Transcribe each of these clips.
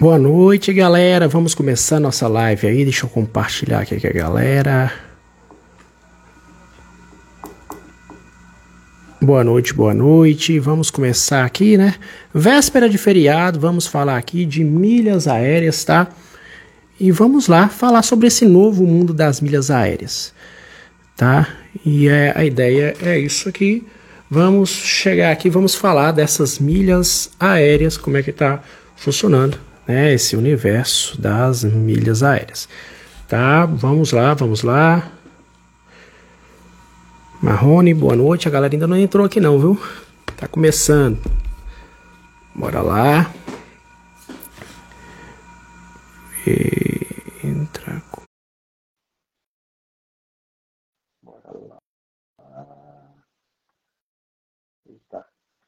Boa noite, galera. Vamos começar nossa live aí. Deixa eu compartilhar aqui com a galera. Boa noite, boa noite. Vamos começar aqui, né? Véspera de feriado, vamos falar aqui de milhas aéreas, tá? E vamos lá falar sobre esse novo mundo das milhas aéreas, tá? E a ideia é isso aqui. Vamos chegar aqui, vamos falar dessas milhas aéreas, como é que tá funcionando, né? Esse universo das milhas aéreas, tá? Vamos lá, vamos lá. Marrone, boa noite. A galera ainda não entrou aqui não, viu? Tá começando. Bora lá. Entra. Bora lá. Eita.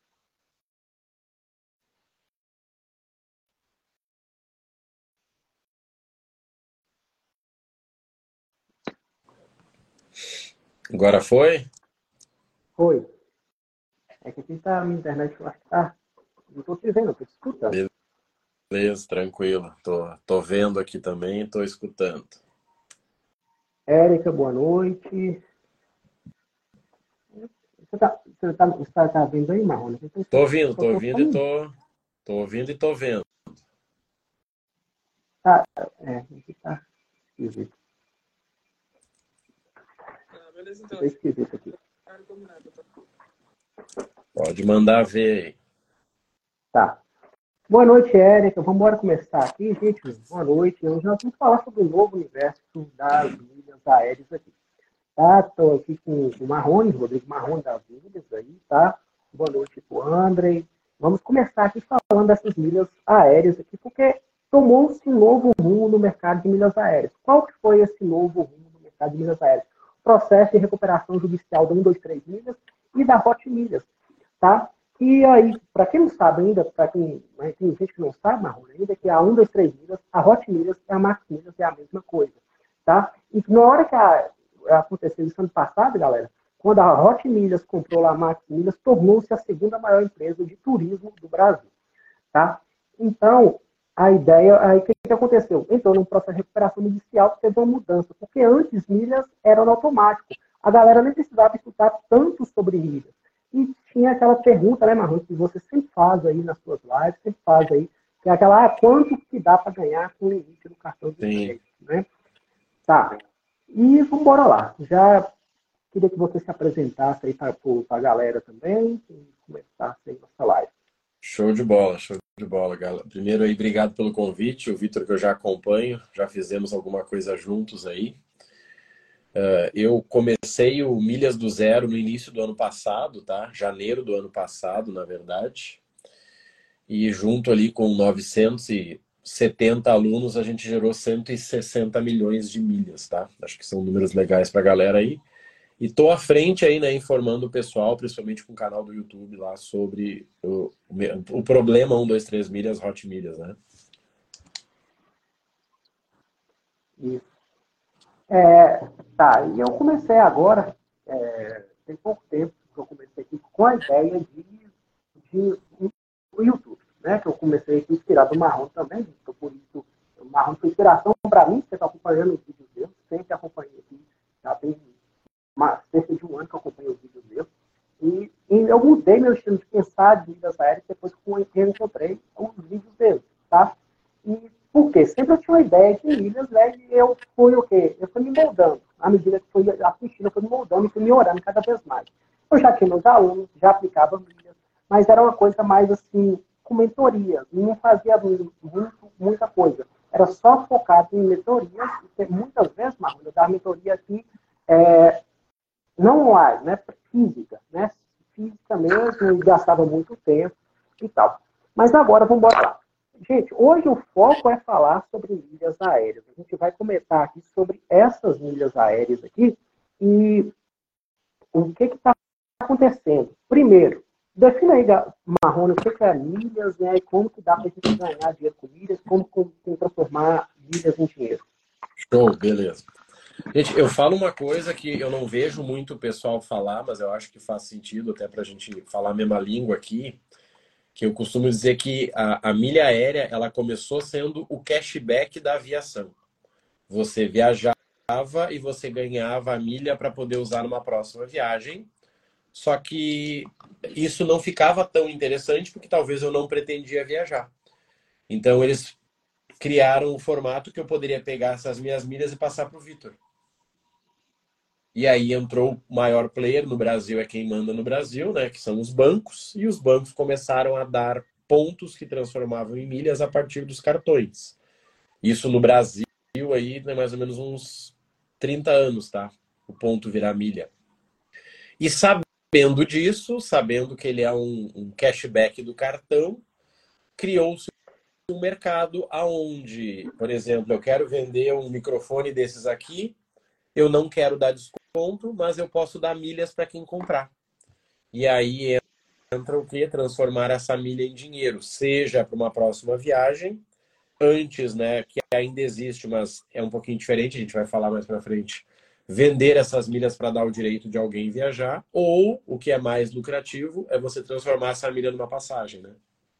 Agora foi? Foi. É que aqui tá a minha internet, eu acho que tá. Não tô te vendo, tô te escutando. Beleza, tranquilo. Tô vendo aqui também, tô escutando. Érica, boa noite. Você tá vendo aí, Marrone? Tô ouvindo, Só tô tô ouvindo e falando. tô ouvindo e tô vendo. Tá, aqui tá esquisito. Beleza, então. Tá esquisito aqui. Pode mandar ver aí. Tá. Boa noite, Érica. Vamos embora começar aqui, gente. Boa noite. Hoje nós vamos falar sobre o novo universo das milhas aéreas aqui. Tá? Estou aqui com o Marrone, Rodrigo Marrone das milhas aí, tá? Boa noite para o Andrei. Vamos começar aqui falando dessas milhas aéreas aqui, porque tomou-se um novo rumo no mercado de milhas aéreas. Qual que foi esse novo rumo no mercado de milhas aéreas? O processo de recuperação judicial da 123 milhas e da Hot Milhas, tá? E aí, para quem não sabe ainda, para quem, né, tem gente que não sabe, Marrone, ainda que a 123 milhas, a Hot Milhas e a Max Milhas é a mesma coisa, tá? E na hora que aconteceu isso ano passado, galera, quando a Hot Milhas comprou lá a Max Milhas, tornou-se a segunda maior empresa de turismo do Brasil, tá? Então, a ideia, aí o que aconteceu? Entrou num processo de recuperação judicial, teve uma mudança, porque antes milhas eram no automático. A galera nem precisava escutar tanto sobre milhas. E tinha aquela pergunta, né, Marrone, que você sempre faz aí nas suas lives, sempre faz aí, que é aquela, quanto que dá para ganhar com o limite do cartão de Sim. crédito, né? Tá. E vamos embora lá. Já queria que você se apresentasse aí para a galera também e começasse aí nossa live. Show de bola, galera. Primeiro aí, obrigado pelo convite. O Vitor que eu já acompanho, já fizemos alguma coisa juntos aí. Eu comecei o Milhas do Zero no início do ano passado, tá? Janeiro do ano passado, na verdade. E junto ali com 970 alunos, a gente gerou 160 milhões de milhas, tá? Acho que são números legais pra galera aí. E tô à frente aí, né, informando o pessoal, principalmente com o canal do YouTube lá, sobre o problema 123 milhas, Hot Milhas, né? Isso. Tá, e eu comecei agora, tem pouco tempo que eu comecei aqui com a ideia de o YouTube, né? Que eu comecei aqui inspirado no Marrom também, então por isso o Marrom foi inspiração para mim, você está acompanhando os vídeos dele, sempre acompanhei aqui, já tem cerca de um ano que eu acompanho os vídeos dele. E eu mudei meu estilo de pensar de milhas aéreas depois que eu encontrei os vídeos dele, tá? E por quê? Sempre eu tinha uma ideia de milhas, né? E eu fui o quê? Eu fui me moldando. À medida que fui assistindo, eu fui me moldando e fui melhorando cada vez mais. Eu já tinha meus alunos, já aplicava milhas, mas era uma coisa mais assim, com mentoria. Não fazia muita coisa. Era só focado em mentorias, e muitas vezes, Marcos, eu dava mentoria aqui, não online, né? Física, né? Física mesmo, e gastava muito tempo e tal. Mas agora, vamos embora lá. Gente, hoje o foco é falar sobre milhas aéreas. A gente vai comentar aqui sobre essas milhas aéreas aqui e o que está acontecendo. Primeiro, defina aí, Marrone, o que é milhas, né? E como que dá para a gente ganhar dinheiro com milhas, como transformar milhas em dinheiro. Show, beleza. Gente, eu falo uma coisa que eu não vejo muito o pessoal falar, mas eu acho que faz sentido até pra gente falar a mesma língua aqui. que eu costumo dizer que a milha aérea ela começou sendo o cashback da aviação. Você viajava e você ganhava a milha para poder usar numa próxima viagem. Só que isso não ficava tão interessante porque talvez eu não pretendia viajar. Então eles criaram um formato que eu poderia pegar essas minhas milhas e passar para o Vitor. E aí entrou o maior player no Brasil, é quem manda no Brasil, né? Que são os bancos. E os bancos começaram a dar pontos que transformavam em milhas a partir dos cartões. Isso no Brasil aí, né, mais ou menos uns 30 anos, tá? O ponto virar milha. E sabendo disso, sabendo que ele é um cashback do cartão, criou-se um mercado aonde, por exemplo, eu quero vender um microfone desses aqui, eu não quero dar desconto, mas eu posso dar milhas para quem comprar. E aí entra o que? Transformar essa milha em dinheiro, seja para uma próxima viagem, antes, né, que ainda existe, mas é um pouquinho diferente, a gente vai falar mais para frente, vender essas milhas para dar o direito de alguém viajar, ou, o que é mais lucrativo, é você transformar essa milha numa passagem, né?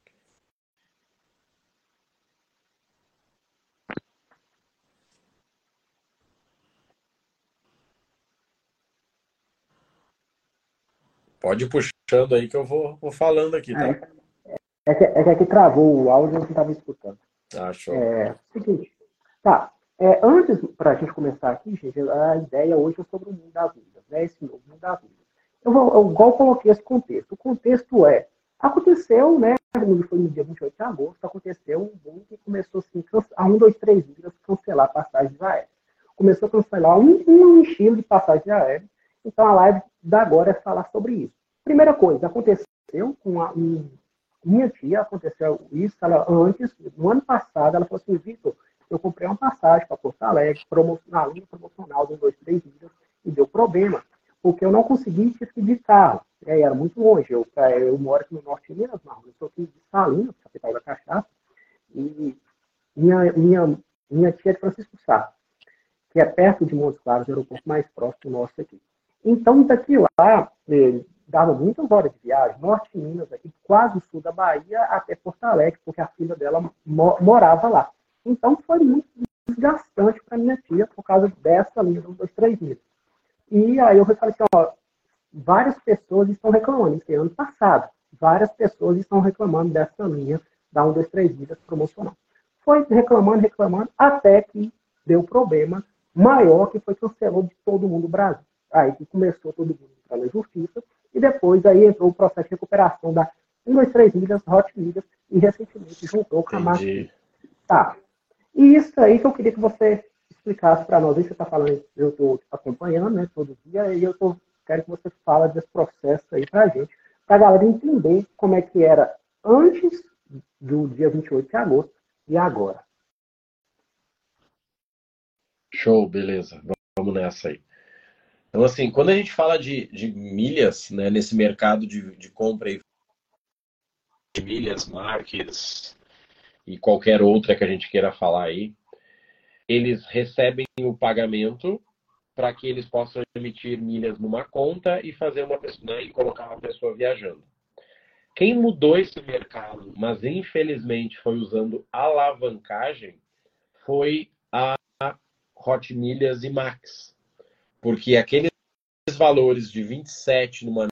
Pode ir puxando aí que eu vou falando aqui, tá? É que aqui travou o áudio, eu não estava escutando. Ah, show. Seguinte, tá. Antes, para a gente começar aqui, gente, a ideia hoje é sobre o mundo das milhas, né? Esse novo mundo das milhas. Igual eu coloquei esse contexto. O contexto aconteceu, né? Foi no dia 28 de agosto, aconteceu um boom que começou assim, a 1, 2, 3 milhas cancelar passagens aéreas. Começou a cancelar um estilo de passagem aérea. Então a live da agora é falar sobre isso. Primeira coisa, aconteceu com minha tia, aconteceu isso, ela antes, no ano passado, ela falou assim, Vitor, eu comprei uma passagem para Porto Alegre, na linha promocional de 1, 2, 3 milhas, e deu problema, porque eu não consegui ir de carro. Era muito longe. Eu moro aqui no norte de Minas, eu estou aqui de Salinas, capital da cachaça, e minha tia é de Francisco Sá, que é perto de Montes Claros, o aeroporto mais próximo nosso aqui. Então, daqui lá, dava muitas horas de viagem, norte de Minas, aqui, quase o sul da Bahia, até Porto Alegre, porque a filha dela morava lá. Então, foi muito desgastante para minha tia, por causa dessa linha dos 2, 3 meses. E aí eu falei assim, várias pessoas estão reclamando, isso é ano passado, várias pessoas estão reclamando dessa linha da 1, 2, 3 milhas promocional. Foi reclamando, até que deu problema maior, que foi cancelou de todo mundo no Brasil. Aí que começou todo mundo entrar na justiça, e depois aí entrou o processo de recuperação da 1, 2, 3 milhas, hot milhas, e recentemente juntou com a Max. Tá. E isso aí que eu queria que você explicasse para nós. Você está falando, eu estou acompanhando, né, todo dia, e quero que você fale desse processo aí para a gente, para a galera entender como é que era antes do dia 28 de agosto e agora. Show, beleza. Vamos nessa aí. Então, assim, quando a gente fala de milhas, né, nesse mercado de compra e de milhas, marcas e qualquer outra que a gente queira falar aí, eles recebem o pagamento para que eles possam emitir milhas numa conta e fazer uma pessoa, né, e colocar uma pessoa viajando. Quem mudou esse mercado, mas infelizmente foi usando alavancagem, foi a Hot Milhas e Max. Porque aqueles valores de 27 numa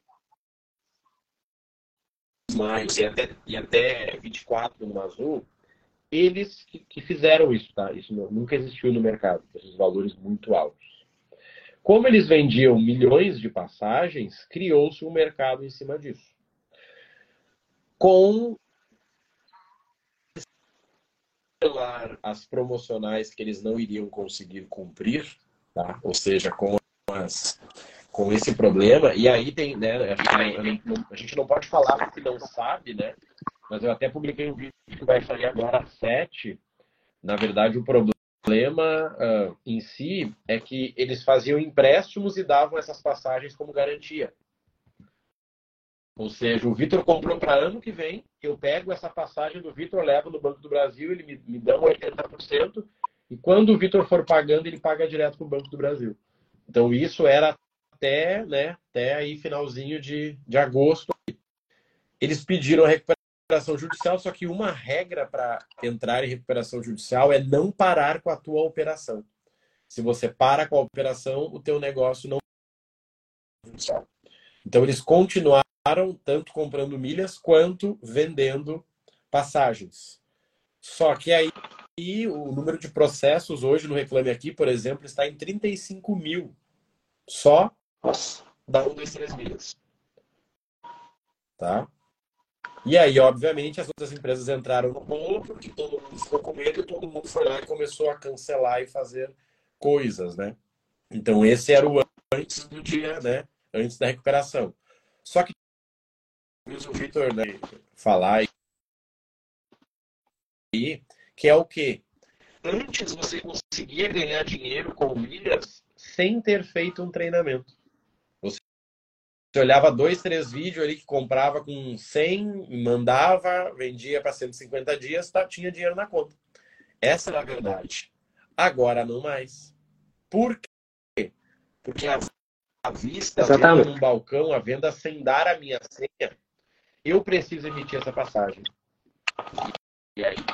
maio e até 24 no azul, eles que fizeram isso, tá? Isso nunca existiu no mercado, esses valores muito altos. Como eles vendiam milhões de passagens, criou-se um mercado em cima disso. Com as promocionais que eles não iriam conseguir cumprir, tá? Ou seja, com esse problema, e aí tem, né, a gente não pode falar porque não sabe, né? Mas eu até publiquei um vídeo que vai sair agora às 7. Na verdade, o problema em si é que eles faziam empréstimos e davam essas passagens como garantia. Ou seja, o Vitor comprou para ano que vem, eu pego essa passagem do Vitor, levo no Banco do Brasil, ele me dá 80%, e quando o Vitor for pagando, ele paga direto para o Banco do Brasil. Então, isso era até aí finalzinho de agosto. Eles pediram a recuperação judicial, só que uma regra para entrar em recuperação judicial é não parar com a tua operação. Se você para com a operação, o teu negócio não é judicial. Então eles continuaram tanto comprando milhas quanto vendendo passagens. Só que aí o número de processos hoje no Reclame Aqui, por exemplo, está em 35 mil. Só da 1, 2, 3 milhas. Tá? E aí, obviamente, as outras empresas entraram no bolo porque todo mundo ficou com medo e todo mundo foi lá e começou a cancelar e fazer coisas, né? Então, esse era o antes do dia, né? Antes da recuperação. Só que o Vitor, né, falar aí, que é o quê? Antes você conseguia ganhar dinheiro com milhas sem ter feito um treinamento. Você olhava 2, 3 vídeos ali que comprava com 100, mandava, vendia para 150 dias, tá, tinha dinheiro na conta. Essa era a verdade. Agora não mais. Por quê? Porque a vista, a venda num balcão, a venda sem dar a minha senha, eu preciso emitir essa passagem. E aí?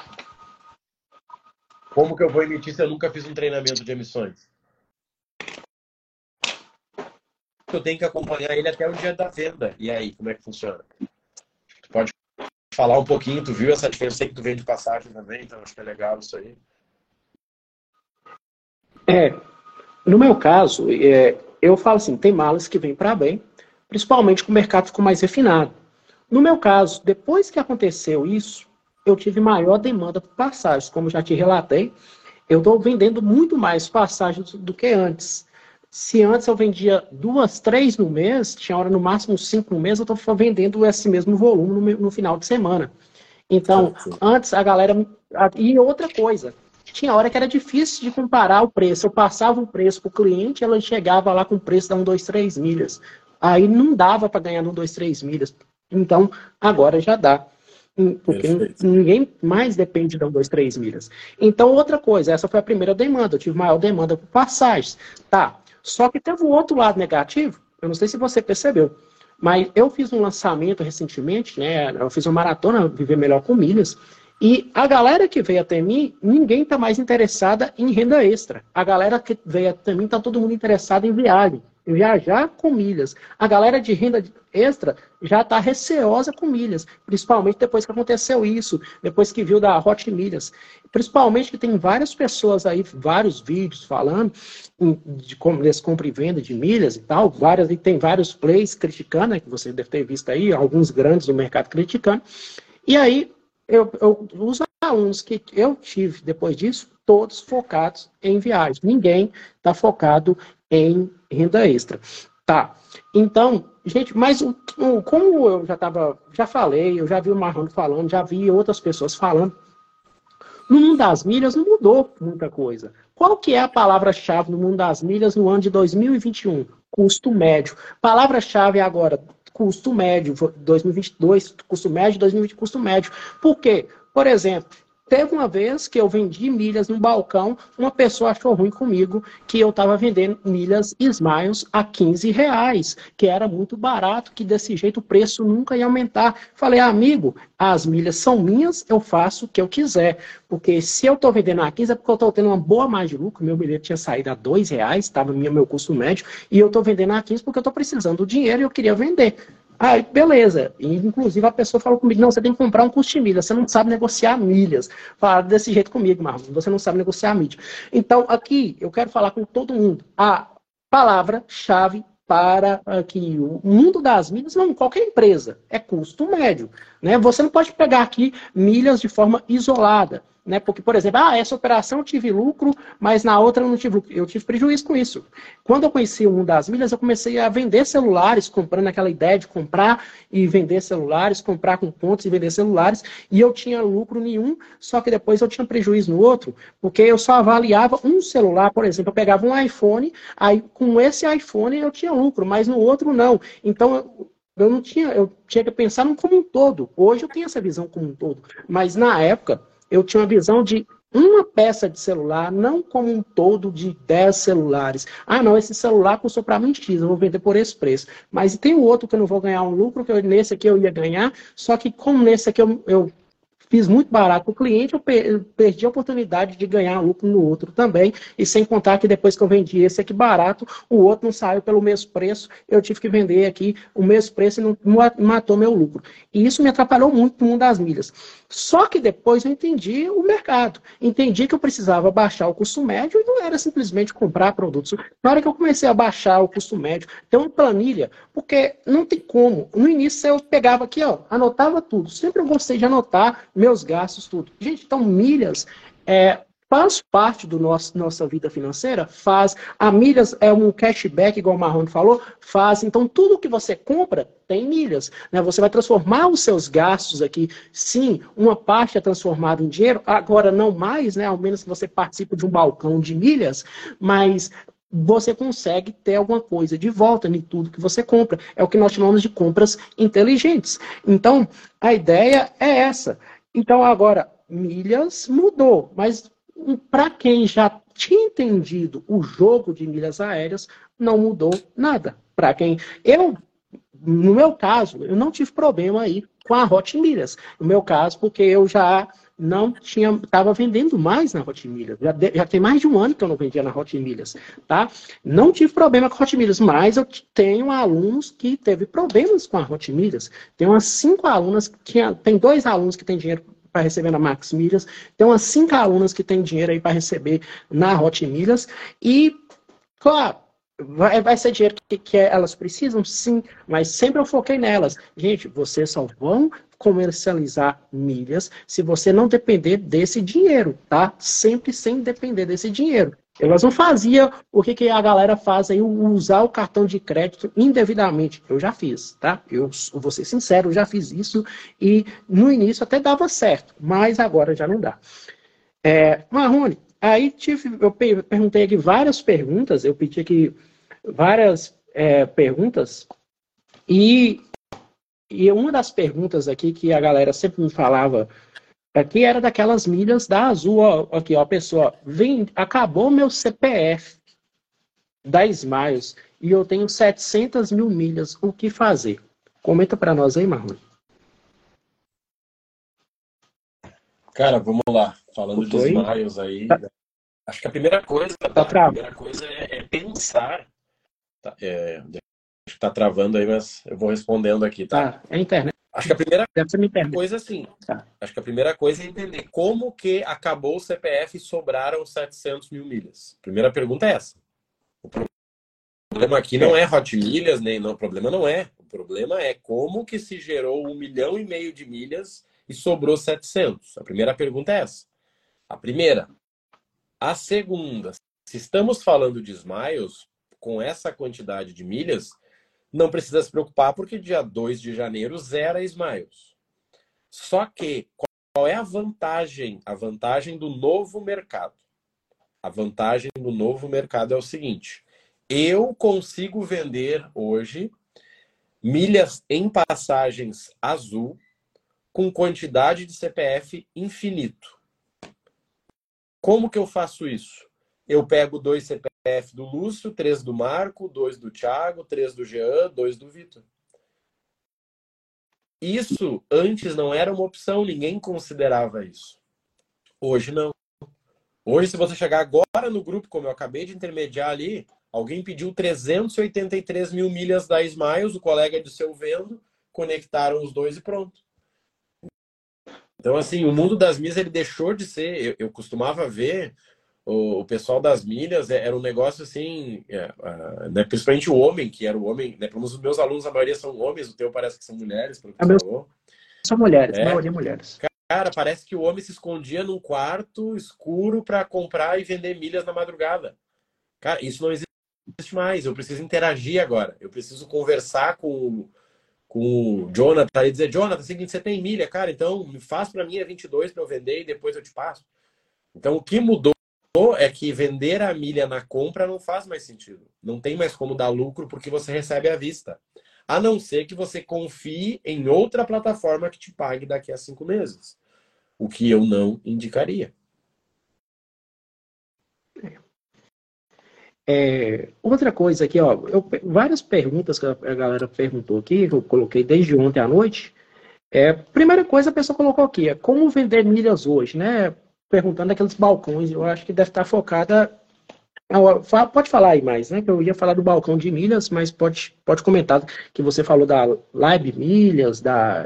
Como que eu vou emitir se eu nunca fiz um treinamento de emissões? Eu tenho que acompanhar ele até o dia da venda. E aí, como é que funciona? Tu pode falar um pouquinho, tu viu essa diferença? Eu sei que tu vende passagem também, então acho que é legal isso aí. No meu caso, eu falo assim, tem malas que vêm para bem, principalmente que o mercado ficou mais refinado. No meu caso, depois que aconteceu isso, eu tive maior demanda por passagens. Como já te relatei, eu estou vendendo muito mais passagens do que antes. Se antes eu vendia 2, 3 no mês, tinha hora no máximo 5 no mês, eu estou vendendo esse mesmo volume no final de semana. Então, antes a galera... E outra coisa, tinha hora que era difícil de comparar o preço. Eu passava o preço para o cliente, ela chegava lá com o preço da 1, 2, 3 milhas. Aí não dava para ganhar no 1, 2, 3 milhas. Então, agora já dá. Porque ninguém mais depende da 1, 2, 3 milhas. Então, outra coisa, essa foi a primeira demanda. Eu tive maior demanda por passagens. Tá. Só que teve um outro lado negativo, eu não sei se você percebeu, mas eu fiz um lançamento recentemente, né? Eu fiz uma maratona Viver Melhor com Milhas, e a galera que veio até mim, ninguém está mais interessada em renda extra. A galera que veio até mim, está todo mundo interessado em viagem, em viajar com milhas. A galera de renda extra já está receosa com milhas, principalmente depois que aconteceu isso, depois que viu da Hot Milhas. Principalmente que tem várias pessoas aí, vários vídeos falando de como eles compram e vendem de milhas e tal, e tem vários plays criticando, né, que você deve ter visto aí, alguns grandes no mercado criticando. E aí, os alunos que eu tive depois disso, todos focados em viagem. Ninguém está focado em renda extra. Tá. Então, gente, mas como eu já falei, eu já vi o Marrone falando, já vi outras pessoas falando, no mundo das milhas não mudou muita coisa. Qual que é a palavra-chave no mundo das milhas no ano de 2021? Custo médio. Palavra-chave agora, custo médio, 2022, custo médio, 2020, custo médio. Por quê? Por exemplo, teve uma vez que eu vendi milhas no balcão, uma pessoa achou ruim comigo que eu estava vendendo milhas Smiles a R$ 15, que era muito barato, que desse jeito o preço nunca ia aumentar. Falei, amigo, as milhas são minhas, eu faço o que eu quiser. Porque se eu estou vendendo a 15 é porque eu estou tendo uma boa margem de lucro, meu bilhete tinha saído a R$ 2, estava no meu custo médio, e eu estou vendendo a 15 porque eu estou precisando do dinheiro e eu queria vender. Aí, beleza. E, inclusive, a pessoa falou comigo, não, você tem que comprar um custo de milhas, você não sabe negociar milhas. Falaram desse jeito comigo, Marlon, você não sabe negociar milha. Então, aqui, eu quero falar com todo mundo. A palavra-chave para aqui, o mundo das milhas, não, qualquer empresa, é custo médio. Né? Você não pode pegar aqui milhas de forma isolada. Né? Porque, por exemplo, essa operação eu tive lucro, mas na outra eu não tive lucro. Eu tive prejuízo com isso. Quando eu conheci o mundo das milhas, eu comecei a vender celulares, comprando aquela ideia de comprar e vender celulares, comprar com pontos e vender celulares, e eu tinha lucro nenhum, só que depois eu tinha prejuízo no outro, porque eu só avaliava um celular, por exemplo, eu pegava um iPhone, aí com esse iPhone eu tinha lucro, mas no outro não. Então, eu tinha que pensar como um todo. Hoje eu tenho essa visão como um todo, mas na época eu tinha uma visão de uma peça de celular, não como um todo de 10 celulares. Ah, não, esse celular custou para mim X, eu vou vender por esse preço. Mas tem o outro que eu não vou ganhar um lucro, que nesse aqui eu ia ganhar, só que como nesse aqui eu fiz muito barato para o cliente, eu perdi a oportunidade de ganhar lucro no outro também, e sem contar que depois que eu vendi esse aqui barato, o outro não saiu pelo mesmo preço, eu tive que vender aqui o mesmo preço e não matou meu lucro. E isso me atrapalhou muito no mundo das milhas. Só que depois eu entendi o mercado, entendi que eu precisava baixar o custo médio e não era simplesmente comprar produtos. Na hora que eu comecei a baixar o custo médio, ter uma planilha, porque não tem como. No início eu pegava aqui, ó, anotava tudo. Sempre eu gostei de anotar meus gastos, tudo. Gente, então milhas faz parte do nossa vida financeira? Faz. A milhas é um cashback, igual o Marrone falou? Faz. Então, tudo que você compra tem milhas. Né? Você vai transformar os seus gastos aqui. Sim, uma parte é transformada em dinheiro, agora não mais, né? Ao menos que você participe de um balcão de milhas, mas você consegue ter alguma coisa de volta em tudo que você compra. É o que nós chamamos de compras inteligentes. Então, a ideia é essa. Então, agora, milhas mudou, mas para quem já tinha entendido o jogo de milhas aéreas, não mudou nada. Para quem no meu caso, eu não tive problema aí com a Hot Milhas. No meu caso, porque eu já não tinha, estava vendendo mais na Hot Milhas. Já tem mais de um ano que eu não vendia na Hot Milhas, tá? Não tive problema com a Hot Milhas, mas eu tenho alunos que teve problemas com a Hot Milhas. Tem umas 5 alunas, tem 2 alunos que têm dinheiro para receber na Max Milhas, tem umas 5 alunas que têm dinheiro aí para receber na Hot Milhas, e, claro, vai ser dinheiro que elas precisam? Sim, mas sempre eu foquei nelas. Gente, vocês só vão comercializar milhas se você não depender desse dinheiro, tá? Sempre sem depender desse dinheiro. Elas não faziam o que a galera faz aí, usar o cartão de crédito indevidamente. Eu já fiz, tá? Eu vou ser sincero, eu já fiz isso e no início até dava certo, mas agora já não dá. Marrone, aí eu perguntei aqui várias perguntas, eu pedi aqui várias perguntas e uma das perguntas aqui que a galera sempre me falava aqui era daquelas milhas da Azul, ó, aqui, ó, pessoal, acabou meu CPF da Smiles e eu tenho 700 mil milhas, o que fazer? Comenta para nós aí, Marrone. Cara, vamos lá. Falando de Smiles aí, acho que a primeira coisa é pensar. Acho que tá travando aí, mas eu vou respondendo aqui, tá? É a internet. Acho que a primeira coisa, assim, acho que a primeira coisa é entender como que acabou o CPF e sobraram 700 mil milhas. Primeira pergunta é essa. O problema aqui não é Hot Milhas, o problema não é. O problema é como que se gerou 1,5 milhão de milhas e sobrou 700. A primeira pergunta é essa. A primeira. A segunda, se estamos falando de Smiles, com essa quantidade de milhas, não precisa se preocupar porque dia 2 de janeiro zera Smiles. Só que, qual é a vantagem? A vantagem do novo mercado. A vantagem do novo mercado é o seguinte: eu consigo vender hoje milhas em passagens Azul com quantidade de CPF infinito. Como que eu faço isso? Eu pego 2 CPF do Lúcio, 3 do Marco, 2 do Thiago, 3 do Jean, 2 do Vitor. Isso antes não era uma opção, ninguém considerava isso. Hoje não. Hoje, se você chegar agora no grupo, como eu acabei de intermediar ali, alguém pediu 383 mil milhas da Smiles, o colega de seu vendo, conectaram os 2 e pronto. Então, assim, o mundo das milhas ele deixou de ser. Eu costumava ver o pessoal das milhas, era um negócio assim, né, principalmente o homem, que era o homem, né, pelo menos os meus alunos, a maioria são homens, o teu parece que são mulheres, pelo que você falou. São mulheres, a maioria mulheres. Cara, parece que o homem se escondia num quarto escuro para comprar e vender milhas na madrugada. Cara, isso não existe mais. Eu preciso interagir agora. Eu preciso conversar com o Jonathan e dizer: Jonathan, é o seguinte, você tem milha, cara, então me faz para mim 22 para eu vender e depois eu te passo. Então, o que mudou é que vender a milha na compra não faz mais sentido. Não tem mais como dar lucro porque você recebe à vista. A não ser que você confie em outra plataforma que te pague daqui a 5 meses. O que eu não indicaria. Outra coisa aqui, ó, várias perguntas que a galera perguntou aqui, que eu coloquei desde ontem à noite. Primeira coisa, a pessoa colocou aqui, como vender milhas hoje, né? Perguntando aqueles balcões, eu acho que deve estar focada. Pode falar aí mais, né? Que eu ia falar do balcão de milhas, mas pode comentar que você falou da Live Milhas, da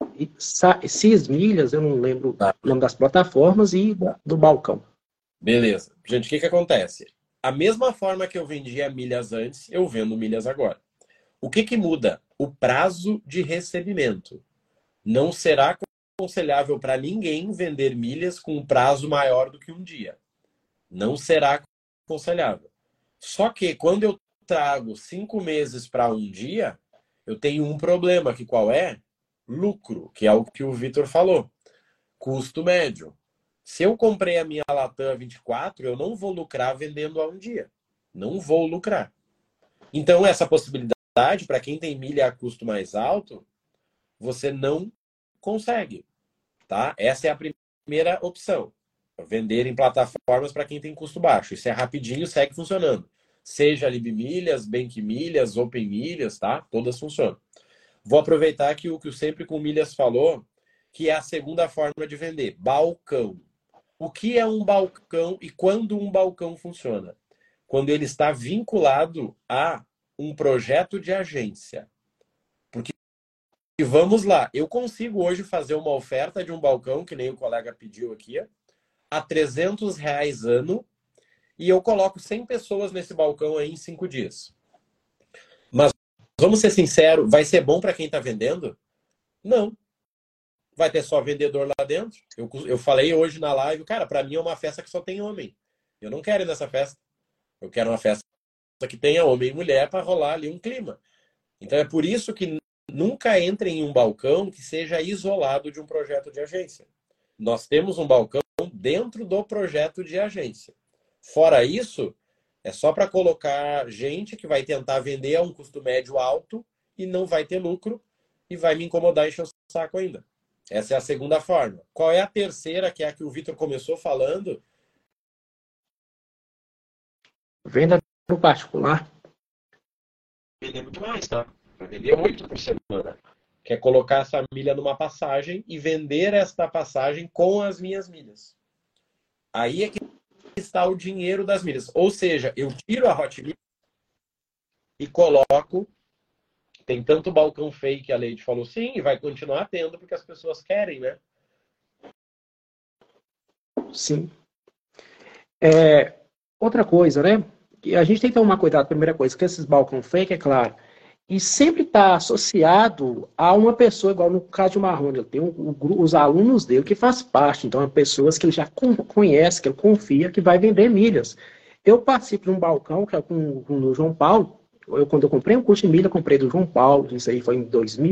CIS Milhas, eu não lembro Tá. o nome das plataformas, e do balcão. Beleza. Gente, o que que acontece? A mesma forma que eu vendia milhas antes, eu vendo milhas agora. O que que muda? O prazo de recebimento. Não será aconselhável para ninguém vender milhas com um prazo maior do que um dia. Não será aconselhável. Só que quando eu trago 5 meses para um dia, eu tenho um problema, que qual é? Lucro, que é o que o Vitor falou. Custo médio. Se eu comprei a minha Latam 24, eu não vou lucrar vendendo a um dia. Não vou lucrar. Então, essa possibilidade, para quem tem milha a custo mais alto, você não consegue. Tá? Essa é a primeira opção. Vender em plataformas para quem tem custo baixo. Isso é rapidinho, segue funcionando. Seja Libmilhas, Bank Milhas, Open Milhas, tá? Todas funcionam. Vou aproveitar que o que o Sempre com Milhas falou, que é a segunda forma de vender, balcão. O que é um balcão e quando um balcão funciona? Quando ele está vinculado a um projeto de agência. Porque, vamos lá, eu consigo hoje fazer uma oferta de um balcão, que nem o colega pediu aqui, a R$ 300 ano, e eu coloco 100 pessoas nesse balcão aí em 5 dias. Mas, vamos ser sinceros, vai ser bom para quem está vendendo? Não. Vai ter só vendedor lá dentro. Eu falei hoje na live, cara, para mim é uma festa que só tem homem. Eu não quero ir nessa festa. Eu quero uma festa que tenha homem e mulher para rolar ali um clima. Então é por isso que nunca entre em um balcão que seja isolado de um projeto de agência. Nós temos um balcão dentro do projeto de agência. Fora isso, é só para colocar gente que vai tentar vender a um custo médio alto e não vai ter lucro e vai me incomodar e encher o saco ainda. Essa é a segunda forma. Qual é a terceira, que é a que o Vitor começou falando? Venda no particular. Vender muito mais, tá? Vai vender 8 por semana. Que é colocar essa milha numa passagem e vender esta passagem com as minhas milhas. Aí é que está o dinheiro das milhas. Ou seja, eu tiro a Hot Milha e coloco. Tem tanto balcão fake, a Leite falou sim, e vai continuar tendo, porque as pessoas querem, né? Sim. Outra coisa, né? Que a gente tem que tomar cuidado, primeira coisa, que esses balcão fake, é claro, e sempre está associado a uma pessoa, igual no caso de Marrone, ele tem os alunos dele que faz parte, então, pessoas que ele já conhece, que ele confia, que vai vender milhas. Eu participo de um balcão, que é com o João Paulo. Quando eu comprei um curso de milha, eu comprei do João Paulo, isso aí foi em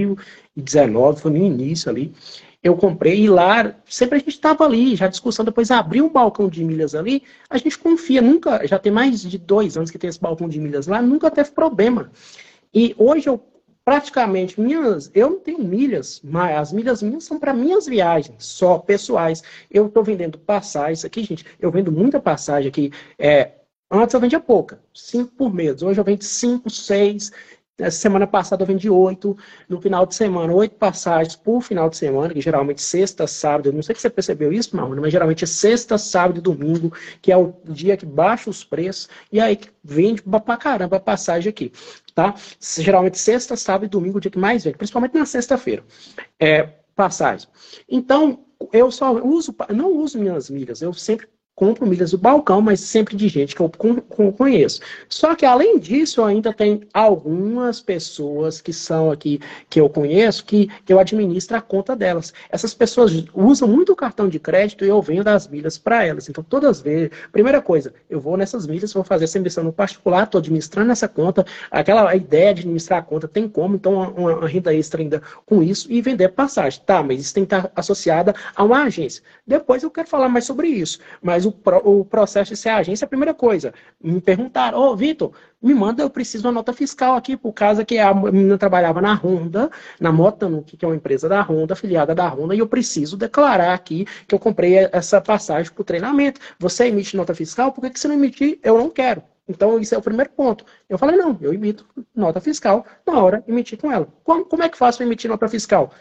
2019, foi no início ali. Eu comprei e lá, sempre a gente estava ali, já discussão, depois abriu um balcão de milhas ali, a gente confia, nunca, já tem mais de 2 anos que tem esse balcão de milhas lá, nunca teve problema. E hoje eu praticamente, eu não tenho milhas, mas as milhas minhas são para minhas viagens, só pessoais. Eu estou vendendo passagens aqui, gente, eu vendo muita passagem aqui, antes eu vendia pouca, 5 por mês. Hoje eu vendo 5, 6. Semana passada eu vendi 8. No final de semana, 8 passagens por final de semana, que geralmente sexta, sábado. Eu não sei se você percebeu isso, Marrone, mas geralmente é sexta, sábado e domingo, que é o dia que baixa os preços. E aí vende pra caramba a passagem aqui. Tá? Geralmente sexta, sábado e domingo é o dia que mais vende, principalmente na sexta-feira. Passagem. Então, eu só não uso minhas milhas, eu sempre compro milhas do balcão, mas sempre de gente que eu conheço. Só que, além disso, ainda tem algumas pessoas que são aqui, que eu conheço, que eu administro a conta delas. Essas pessoas usam muito o cartão de crédito e eu vendo as milhas para elas. Então, todas as vezes, primeira coisa, eu vou nessas milhas, vou fazer essa emissão no particular, estou administrando essa conta, aquela ideia de administrar a conta tem como, então uma renda extra ainda com isso e vender passagem. Tá, mas isso tem que estar associada a uma agência. Depois eu quero falar mais sobre isso, mas o processo de ser agência é a primeira coisa. Me perguntaram, Vitor, me manda, eu preciso de uma nota fiscal aqui, por causa que a menina trabalhava na Honda, na Motano, que é uma empresa da Honda, afiliada da Honda, e eu preciso declarar aqui que eu comprei essa passagem para o treinamento. Você emite nota fiscal? Por que você não emitir? Eu não quero. Então, isso é o primeiro ponto. Eu falei, não, eu emito nota fiscal na hora de emitir com ela. Como é que faço para emitir nota fiscal?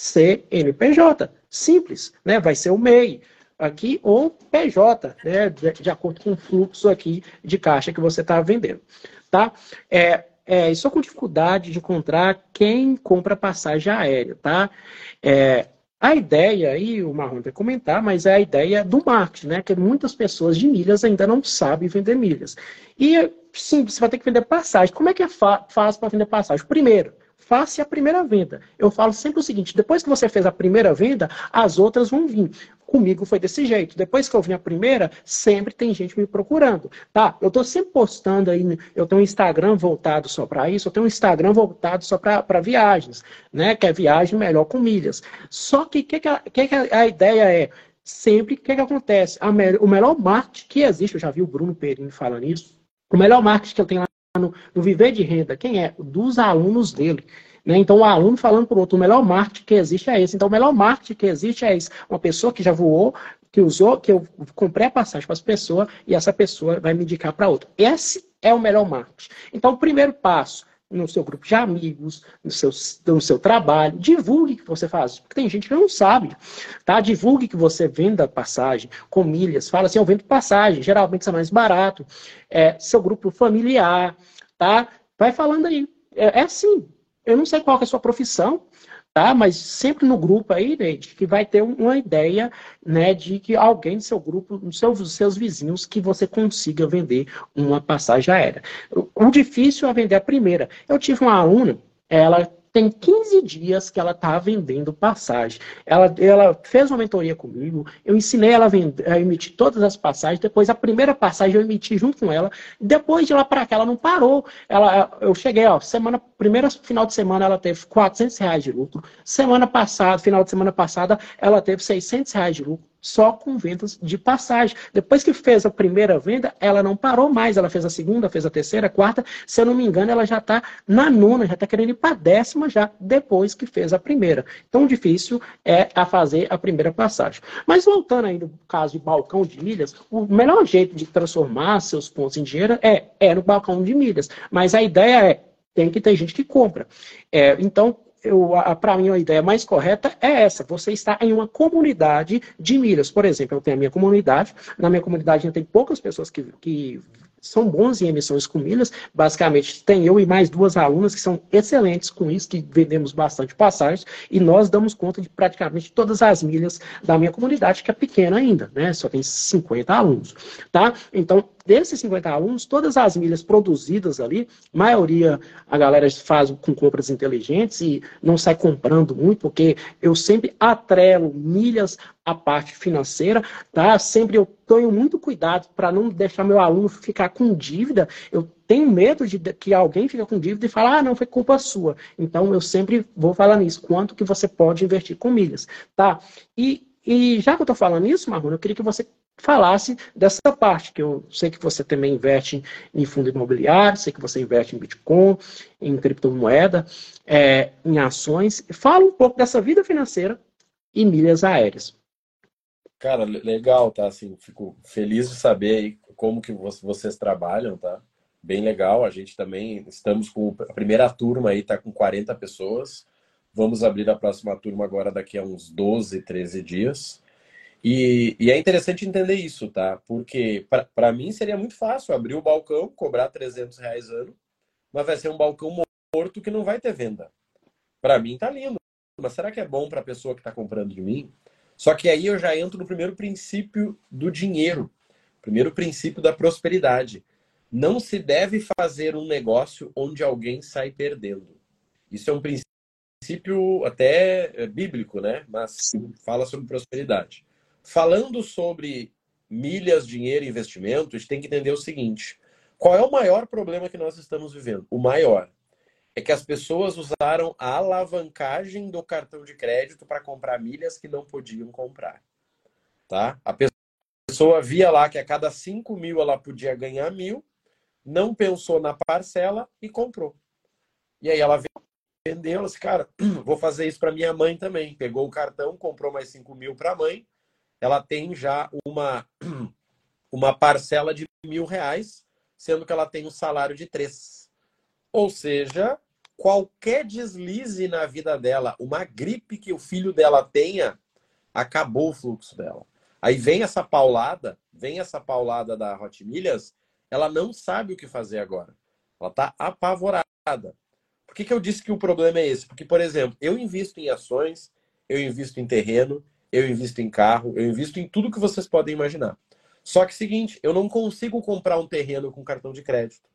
CNPJ, simples, né? Vai ser o MEI aqui ou PJ, né? De acordo com o fluxo aqui de caixa que você está vendendo, tá? Estou com dificuldade de encontrar quem compra passagem aérea, tá? A ideia aí, o Marrom vai comentar, mas é a ideia do marketing, né? Que muitas pessoas de milhas ainda não sabem vender milhas. E, sim, você vai ter que vender passagem. Como é que faz para vender passagem? Primeiro, faça a primeira venda. Eu falo sempre o seguinte, depois que você fez a primeira venda, as outras vão vir. Comigo foi desse jeito. Depois que eu vim a primeira, sempre tem gente me procurando, tá? Eu tô sempre postando aí, eu tenho um Instagram voltado só para isso, eu tenho um Instagram voltado só para viagens, né? Que é viagem melhor com milhas. Só que a ideia é? Sempre, o que acontece? O melhor marketing que existe, eu já vi o Bruno Perini falando isso, o melhor marketing que eu tenho lá no Viver de Renda, quem é? Dos alunos dele. Né? Então, o aluno falando para o outro, o melhor marketing que existe é esse. Então, o melhor marketing que existe é esse. Uma pessoa que já voou, que usou, que eu comprei a passagem para essa pessoa e essa pessoa vai me indicar para outra. Esse é o melhor marketing. Então, o primeiro passo, no seu grupo de amigos, no seu trabalho, divulgue que você faz, porque tem gente que não sabe, tá? Divulgue que você venda passagem com milhas, fala assim, eu vendo passagem, geralmente isso é mais barato, seu grupo familiar, tá? Vai falando aí, assim, eu não sei qual que é a sua profissão, tá? Mas sempre no grupo aí, né, de que vai ter uma ideia, né, de que alguém do seu grupo, dos seus vizinhos, que você consiga vender uma passagem aérea. O difícil é vender a primeira. Eu tive uma aluna, ela tem 15 dias que ela está vendendo passagem. Ela fez uma mentoria comigo, eu ensinei ela a emitir todas as passagens, depois a primeira passagem eu emiti junto com ela, depois de lá para cá ela não parou. Eu cheguei, primeiro final de semana ela teve R$ 400 de lucro, final de semana passada, ela teve R$ 600 de lucro, só com vendas de passagem. Depois que fez a primeira venda, ela não parou mais. Ela fez a segunda, fez a terceira, a quarta. Se eu não me engano, ela já está na nona, já está querendo ir para a 10ª já, depois que fez a primeira. Então, difícil é a fazer a primeira passagem. Mas voltando aí no caso de balcão de milhas, o melhor jeito de transformar seus pontos em dinheiro é no balcão de milhas. Mas a ideia tem que ter gente que compra. Então, para mim, a ideia mais correta é essa. Você está em uma comunidade de milhas. Por exemplo, eu tenho a minha comunidade. Na minha comunidade tem poucas pessoas que são bons em emissões com milhas. Basicamente, tem eu e mais 2 alunas que são excelentes com isso, que vendemos bastante passagens, e nós damos conta de praticamente todas as milhas da minha comunidade, que é pequena ainda, né? Só tem 50 alunos, tá? Então, desses 50 alunos, todas as milhas produzidas ali, maioria a galera faz com compras inteligentes e não sai comprando muito, porque eu sempre atrelo milhas à parte financeira, tá? Sempre eu tenho muito cuidado para não deixar meu aluno ficar com dívida. Eu tenho medo de que alguém fique com dívida e fale, não, foi culpa sua. Então, eu sempre vou falar nisso, quanto que você pode investir com milhas, tá? E já que eu estou falando isso, Marrone, eu queria que você falasse dessa parte, que eu sei que você também investe em fundo imobiliário, sei que você investe em Bitcoin, em criptomoeda, em ações. Fala um pouco dessa vida financeira e milhas aéreas. Cara, legal, tá? Assim, fico feliz de saber aí como que vocês trabalham, tá? Bem legal. A gente também estamos com a primeira turma aí, tá com 40 pessoas. Vamos abrir a próxima turma agora daqui a uns 12, 13 dias. E é interessante entender isso, tá? Porque para mim seria muito fácil abrir o balcão, cobrar R$ 300 ano, mas vai ser um balcão morto que não vai ter venda. Para mim tá lindo, mas será que é bom para a pessoa que está comprando de mim? Só que aí eu já entro no primeiro princípio do dinheiro, primeiro princípio da prosperidade. Não se deve fazer um negócio onde alguém sai perdendo. Isso é um princípio até bíblico, né? Mas fala sobre prosperidade. Falando sobre milhas, dinheiro e investimento, a gente tem que entender o seguinte: qual é o maior problema que nós estamos vivendo? O maior é que as pessoas usaram a alavancagem do cartão de crédito para comprar milhas que não podiam comprar, tá? A pessoa via lá que a cada 5 mil ela podia ganhar 1.000, não pensou na parcela e comprou. E aí ela vendeu, ela disse, cara, vou fazer isso para minha mãe também. Pegou o cartão, comprou mais 5 mil para a mãe, ela tem já uma parcela de R$ 1.000 sendo que ela tem um salário de 3. Ou seja, qualquer deslize na vida dela, uma gripe que o filho dela tenha, acabou o fluxo dela. Aí vem essa paulada da Hot Milhas, ela não sabe o que fazer agora. Ela está apavorada. Por que eu disse que o problema é esse? Porque, por exemplo, eu invisto em ações, eu invisto em terreno, eu invisto em carro, eu invisto em tudo que vocês podem imaginar. Só que é o seguinte, eu não consigo comprar um terreno com cartão de crédito.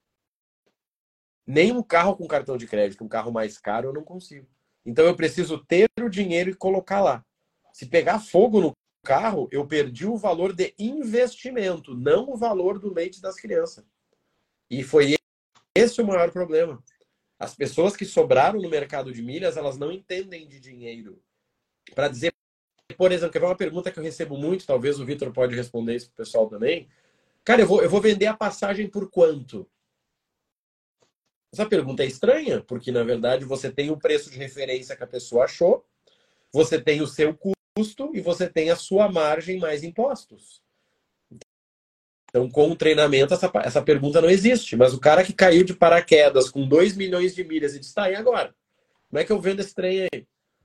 Nem um carro com cartão de crédito, um carro mais caro, eu não consigo. Então eu preciso ter o dinheiro e colocar lá. Se pegar fogo no carro, eu perdi o valor de investimento, não o valor do leite das crianças. E foi esse o maior problema. As pessoas que sobraram no mercado de milhas, elas não entendem de dinheiro. Para dizer, por exemplo, que é uma pergunta que eu recebo muito, talvez o Vitor pode responder isso pro pessoal também. Cara, eu vou vender a passagem por quanto? Essa pergunta é estranha, porque na verdade você tem o preço de referência que a pessoa achou, você tem o seu custo e você tem a sua margem mais impostos. Então, com o treinamento, essa pergunta não existe. Mas o cara que caiu de paraquedas com 2 milhões de milhas e disse, tá, e agora? Como é que eu vendo esse trem aí?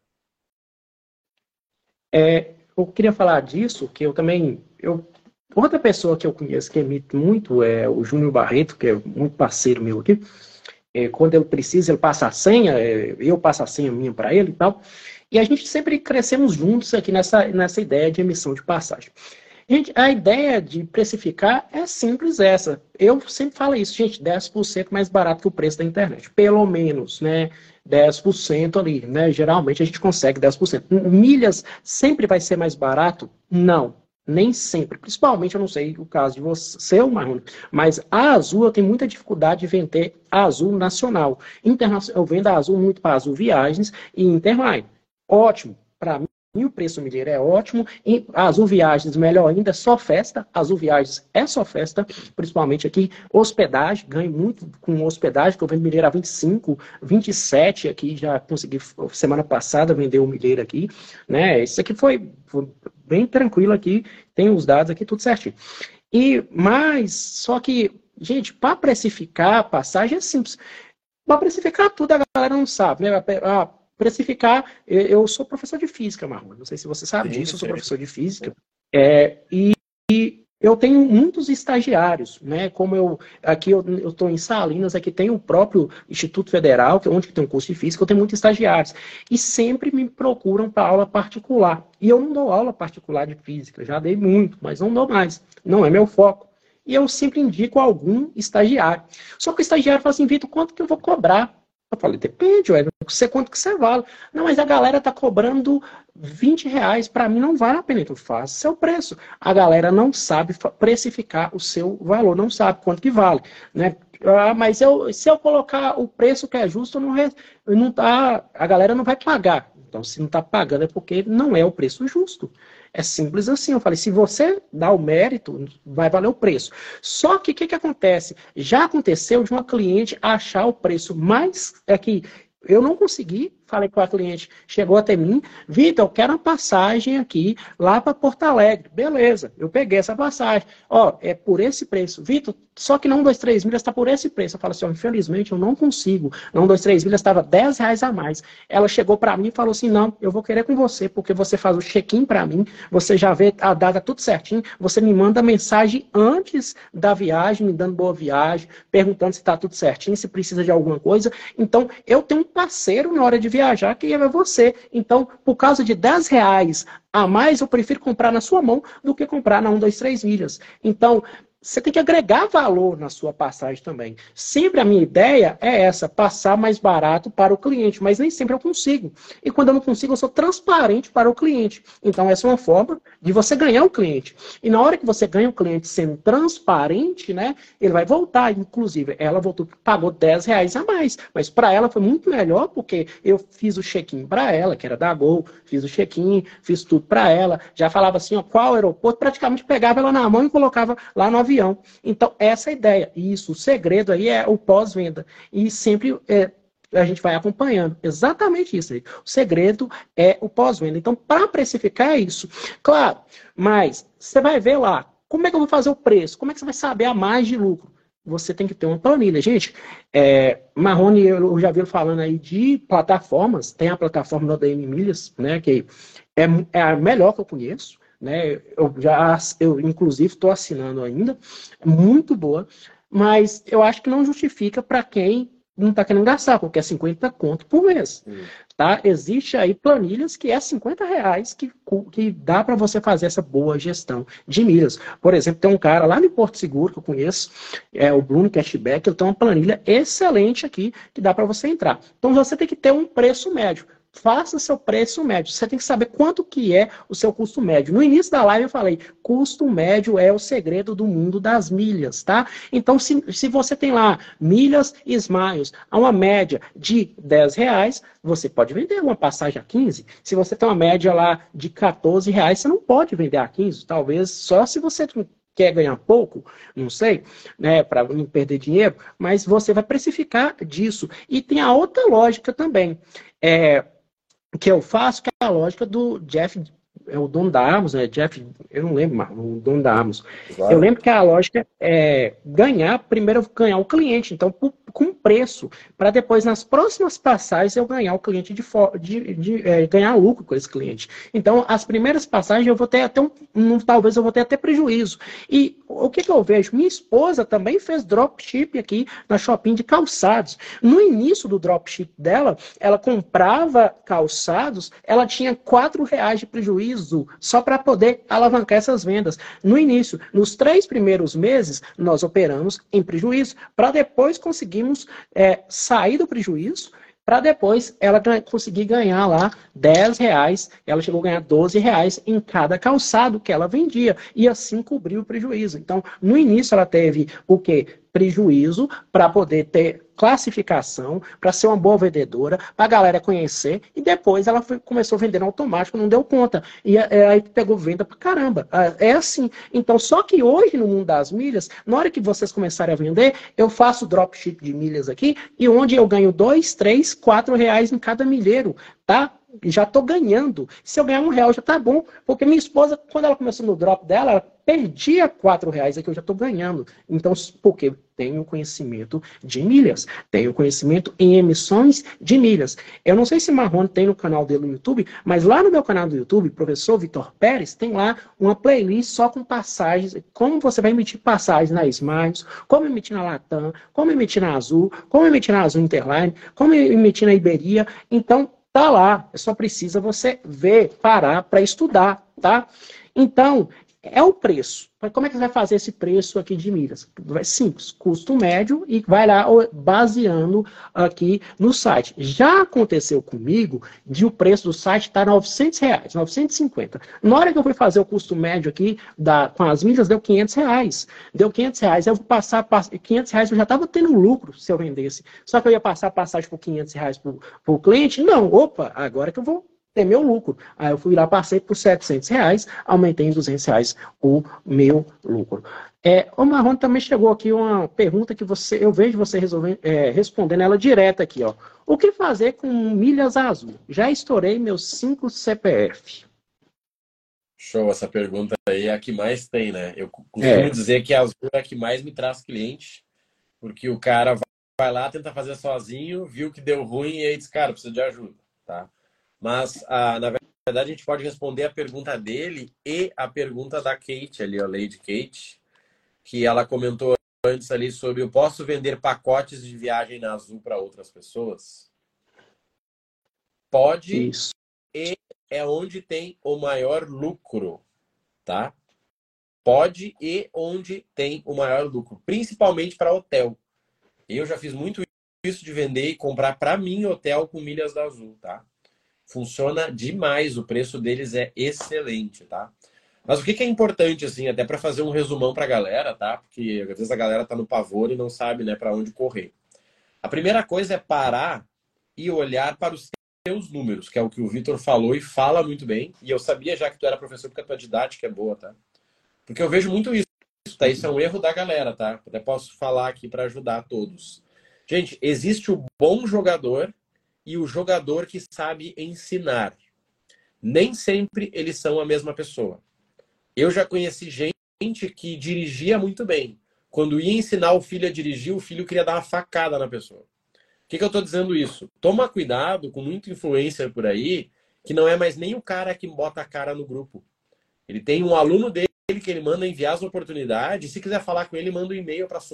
Eu queria falar disso, que eu também... outra pessoa que eu conheço que emite muito é o Júnior Barreto, que é muito parceiro meu aqui. Quando ele precisa, ele passa a senha, eu passo a senha minha para ele e tal. E a gente sempre crescemos juntos aqui nessa ideia de emissão de passagem. Gente, a ideia de precificar é simples essa. Eu sempre falo isso, gente, 10% mais barato que o preço da internet. Pelo menos, né? 10% ali, né? Geralmente a gente consegue 10%. Milhas sempre vai ser mais barato? Não. Nem sempre. Principalmente, eu não sei o caso de você, Marrone, mas a Azul, eu tenho muita dificuldade de vender a Azul nacional. Eu vendo a Azul muito para Azul Viagens e Interline. Ótimo. Para mim, o preço milheiro é ótimo. E a Azul Viagens, melhor ainda, é só festa. A Azul Viagens é só festa, principalmente aqui. Hospedagem, ganho muito com hospedagem, que eu vendo milheiro a 25, 27 aqui, já consegui, semana passada, vender o milheiro aqui. Né? Isso aqui foi bem tranquilo aqui, tem os dados aqui, tudo certinho. Só que, gente, para precificar a passagem é simples. Para precificar tudo, a galera não sabe, né? Precificar, eu sou professor de física, Marrone, não sei se você sabe disso, eu sou professor de física, e eu tenho muitos estagiários, né? Como eu estou em Salinas, aqui tem o próprio Instituto Federal, que é onde tem um curso de física, eu tenho muitos estagiários. E sempre me procuram para aula particular. E eu não dou aula particular de física, já dei muito, mas não dou mais. Não é meu foco. E eu sempre indico algum estagiário. Só que o estagiário fala assim, Vitor, quanto que eu vou cobrar? Eu falei, depende, ué, não sei quanto que você vale. Não, mas a galera tá cobrando R$20, para mim não vale a pena. Então faça seu preço. A galera não sabe precificar o seu valor, não sabe quanto que vale, né? Mas se eu colocar o preço que é justo, a galera não vai pagar. Então, se não está pagando é porque não é o preço justo. É simples assim. Eu falei, se você dá o mérito, vai valer o preço. Só que o que acontece? Já aconteceu de uma cliente achar o preço mais... eu não consegui, falei com a cliente, chegou até mim, Vitor, eu quero uma passagem aqui, lá para Porto Alegre. Beleza, eu peguei essa passagem. Ó, é por esse preço. Vitor, só que não 123 milhas está por esse preço. Eu falo assim, ó, infelizmente eu não consigo. Não 123 milhas estava R$10 a mais. Ela chegou para mim e falou assim, não, eu vou querer com você, porque você faz o check-in para mim, você já vê a data tudo certinho, você me manda mensagem antes da viagem, me dando boa viagem, perguntando se está tudo certinho, se precisa de alguma coisa. Então, eu tenho um parceiro na hora de viajar que é você. Então, por causa de R$10 a mais, eu prefiro comprar na sua mão do que comprar na 123 milhas. Então, você tem que agregar valor na sua passagem também. Sempre a minha ideia é essa, passar mais barato para o cliente, mas nem sempre eu consigo. E quando eu não consigo, eu sou transparente para o cliente. Então, essa é uma forma de você ganhar o cliente. E na hora que você ganha o cliente sendo transparente, né, ele vai voltar. Inclusive, ela voltou, pagou R$10 a mais. Mas para ela foi muito melhor, porque eu fiz o check-in para ela, que era da Gol, fiz o check-in, fiz tudo para ela. Já falava assim, ó, qual aeroporto, praticamente pegava ela na mão e colocava lá no avião. Então, essa é a ideia. Isso, o segredo aí é o pós-venda. E sempre a gente vai acompanhando. Exatamente isso aí. O segredo é o pós-venda. Então, para precificar é isso. Claro, mas você vai ver lá, como é que eu vou fazer o preço? Como é que você vai saber a margem de lucro? você tem que ter uma planilha. Gente, Marrone, eu já vi falando aí de plataformas, tem a plataforma do ADM Milhas, né, que é a melhor que eu conheço, né, eu inclusive estou assinando ainda, muito boa, mas eu acho que não justifica para quem não está querendo gastar, porque é 50 conto por mês. Tá? Existe aí planilhas que é R$ 50 que dá para você fazer essa boa gestão de milhas. Por exemplo, tem um cara lá no Porto Seguro que eu conheço, o Bruno Cashback, ele tem uma planilha excelente aqui que dá para você entrar. Então você tem que ter um preço médio. Faça seu preço médio. Você tem que saber quanto que é o seu custo médio. No início da live eu falei, custo médio é o segredo do mundo das milhas, tá? Então, se você tem lá milhas e smiles a uma média de R$ 10, você pode vender uma passagem a 15. Se você tem uma média lá de R$ 14, você não pode vender a 15. Talvez só se você quer ganhar pouco, não sei, né, para não perder dinheiro, mas você vai precificar disso. E tem a outra lógica também. Que eu faço, que é a lógica do Jeff, o dono da Amazon, Jeff, eu não lembro mais, o dono da Amazon. Claro. Eu lembro que a lógica é primeiro ganhar o cliente, então com preço, para depois nas próximas passagens eu ganhar o cliente ganhar lucro com esse cliente. Então, as primeiras passagens eu vou ter até talvez eu vou ter até prejuízo. E o que eu vejo? Minha esposa também fez dropship aqui na Shopping de calçados. No início do dropship dela, ela comprava calçados, ela tinha R$ 4 de prejuízo só para poder alavancar essas vendas. No início, nos 3 primeiros meses, nós operamos em prejuízo, para depois conseguirmos sair do prejuízo, para depois ela conseguir ganhar lá R$ 10, ela chegou a ganhar R$ 12 em cada calçado que ela vendia, e assim cobriu o prejuízo. Então, no início ela teve o quê? Prejuízo para poder ter classificação, para ser uma boa vendedora, para a galera conhecer, e depois ela começou vendendo automático, não deu conta. E aí pegou venda pra caramba. É assim. Então, só que hoje, no mundo das milhas, na hora que vocês começarem a vender, eu faço dropship de milhas aqui, e onde eu ganho R$ 2, R$ 3, R$ 4 em cada milheiro, tá? Já estou ganhando. Se eu ganhar R$ 1 já tá bom, porque minha esposa, quando ela começou no drop dela, ela perdia R$ 4, aqui eu já estou ganhando. Então, porque tenho conhecimento de milhas, tenho conhecimento em emissões de milhas. Eu não sei se Marrone tem no canal dele no YouTube, mas lá no meu canal do YouTube, professor Vitor Pérez, tem lá uma playlist só com passagens, como você vai emitir passagens na Smiles, como emitir na Latam, como emitir na Azul, como emitir na Azul Interline, como emitir na Iberia. Então, tá lá, só precisa você ver, parar para estudar, tá? Então, é o preço. Como é que você vai fazer esse preço aqui de milhas? É simples, custo médio, e vai lá baseando aqui no site. Já aconteceu comigo de o preço do site estar R$ 900, 950. Na hora que eu fui fazer o custo médio aqui com as milhas, deu R$ 500. Deu R$ 500, eu vou passar R$ 500, eu já estava tendo lucro se eu vendesse. Só que eu ia passar a passagem por R$ 500 para o cliente? Não, opa, agora que eu vou ter meu lucro. Aí eu fui lá, passei por R$ 700, aumentei em R$ 200 o meu lucro. O Marrone também chegou aqui uma pergunta que eu vejo você respondendo ela direta aqui, ó. O que fazer com milhas azul? Já estourei meus 5 CPF. Show, essa pergunta aí é a que mais tem, né? Eu costumo dizer que a azul é a que mais me traz cliente, porque o cara vai lá, tenta fazer sozinho, viu que deu ruim e aí diz, cara, precisa de ajuda, tá? Mas, na verdade, a gente pode responder a pergunta dele e a pergunta da Kate ali, a Lady Kate, que ela comentou antes ali sobre eu posso vender pacotes de viagem na Azul para outras pessoas? Pode. Isso. E é onde tem o maior lucro, tá? Pode e onde tem o maior lucro, principalmente para hotel. Eu já fiz muito isso de vender e comprar para mim hotel com milhas da Azul, tá? Funciona demais, o preço deles é excelente, tá? Mas o que é importante, assim, até para fazer um resumão para a galera, tá? Porque às vezes a galera tá no pavor e não sabe, né, para onde correr. A primeira coisa é parar e olhar para os seus números, que é o que o Vitor falou e fala muito bem. E eu sabia já que tu era professor porque a tua didática é boa, tá? Porque eu vejo muito isso, tá? Isso é um erro da galera, tá? Até posso falar aqui para ajudar todos. Gente, existe o bom jogador e o jogador que sabe ensinar. Nem sempre eles são a mesma pessoa. Eu já conheci gente que dirigia muito bem, quando ia ensinar o filho a dirigir, o filho queria dar uma facada na pessoa. Por que eu estou dizendo isso? Toma cuidado com muita influencer por aí, que não é mais nem o cara que bota a cara no grupo. Ele tem um aluno dele que ele manda enviar as oportunidades. Se quiser falar com ele, manda um e-mail para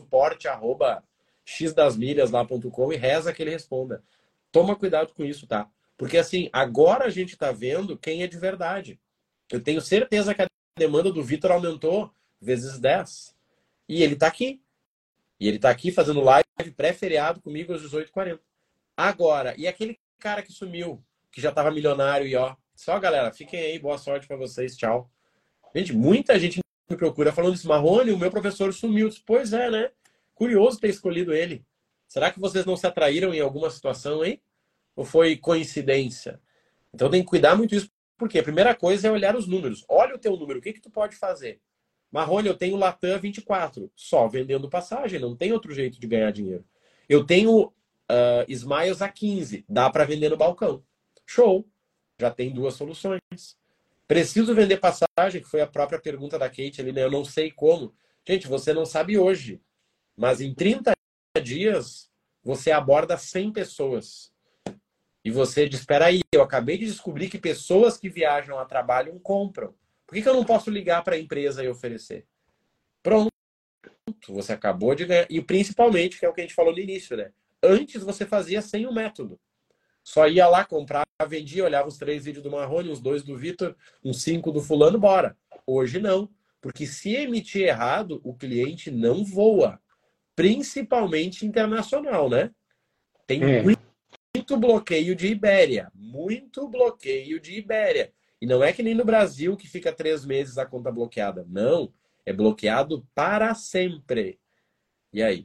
suporte@xdasmilhas.com e reza que ele responda. Toma cuidado com isso, tá? Porque assim, agora a gente está vendo quem é de verdade. Eu tenho certeza que a demanda do Vitor aumentou vezes 10. E ele está aqui. E ele está aqui fazendo live pré-feriado comigo às 18h40. Agora, e aquele cara que sumiu, que já estava milionário e ó, só galera, fiquem aí, boa sorte para vocês, tchau. Gente, muita gente me procura falando isso, Marrone, o meu professor sumiu. Pois é, né? Curioso ter escolhido ele. Será que vocês não se atraíram em alguma situação aí? Ou foi coincidência? Então tem que cuidar muito disso, porque a primeira coisa é olhar os números. Olha o teu número, o que que tu pode fazer? Marrone, eu tenho Latam 24, só vendendo passagem, não tem outro jeito de ganhar dinheiro. Eu tenho Smiles a 15, dá para vender no balcão. Show, já tem duas soluções. Preciso vender passagem, que foi a própria pergunta da Kate ali, né? Eu não sei como. Gente, você não sabe hoje, mas em 30 dias você aborda 100 pessoas. E você diz, espera aí, eu acabei de descobrir que pessoas que viajam a trabalho compram. Por que eu não posso ligar para a empresa e oferecer? Pronto, você acabou de ganhar. E principalmente, que é o que a gente falou no início, né? Antes você fazia sem o método. Só ia lá, comprar, vendia, olhava os 3 vídeos do Marrone, uns 2 do Vitor, uns 5 do fulano, bora. Hoje não. Porque se emitir errado, o cliente não voa. Principalmente internacional, né? Tem muito bloqueio de Ibéria. Muito bloqueio de Ibéria. E não é que nem no Brasil que fica 3 meses a conta bloqueada. Não. É bloqueado para sempre. E aí?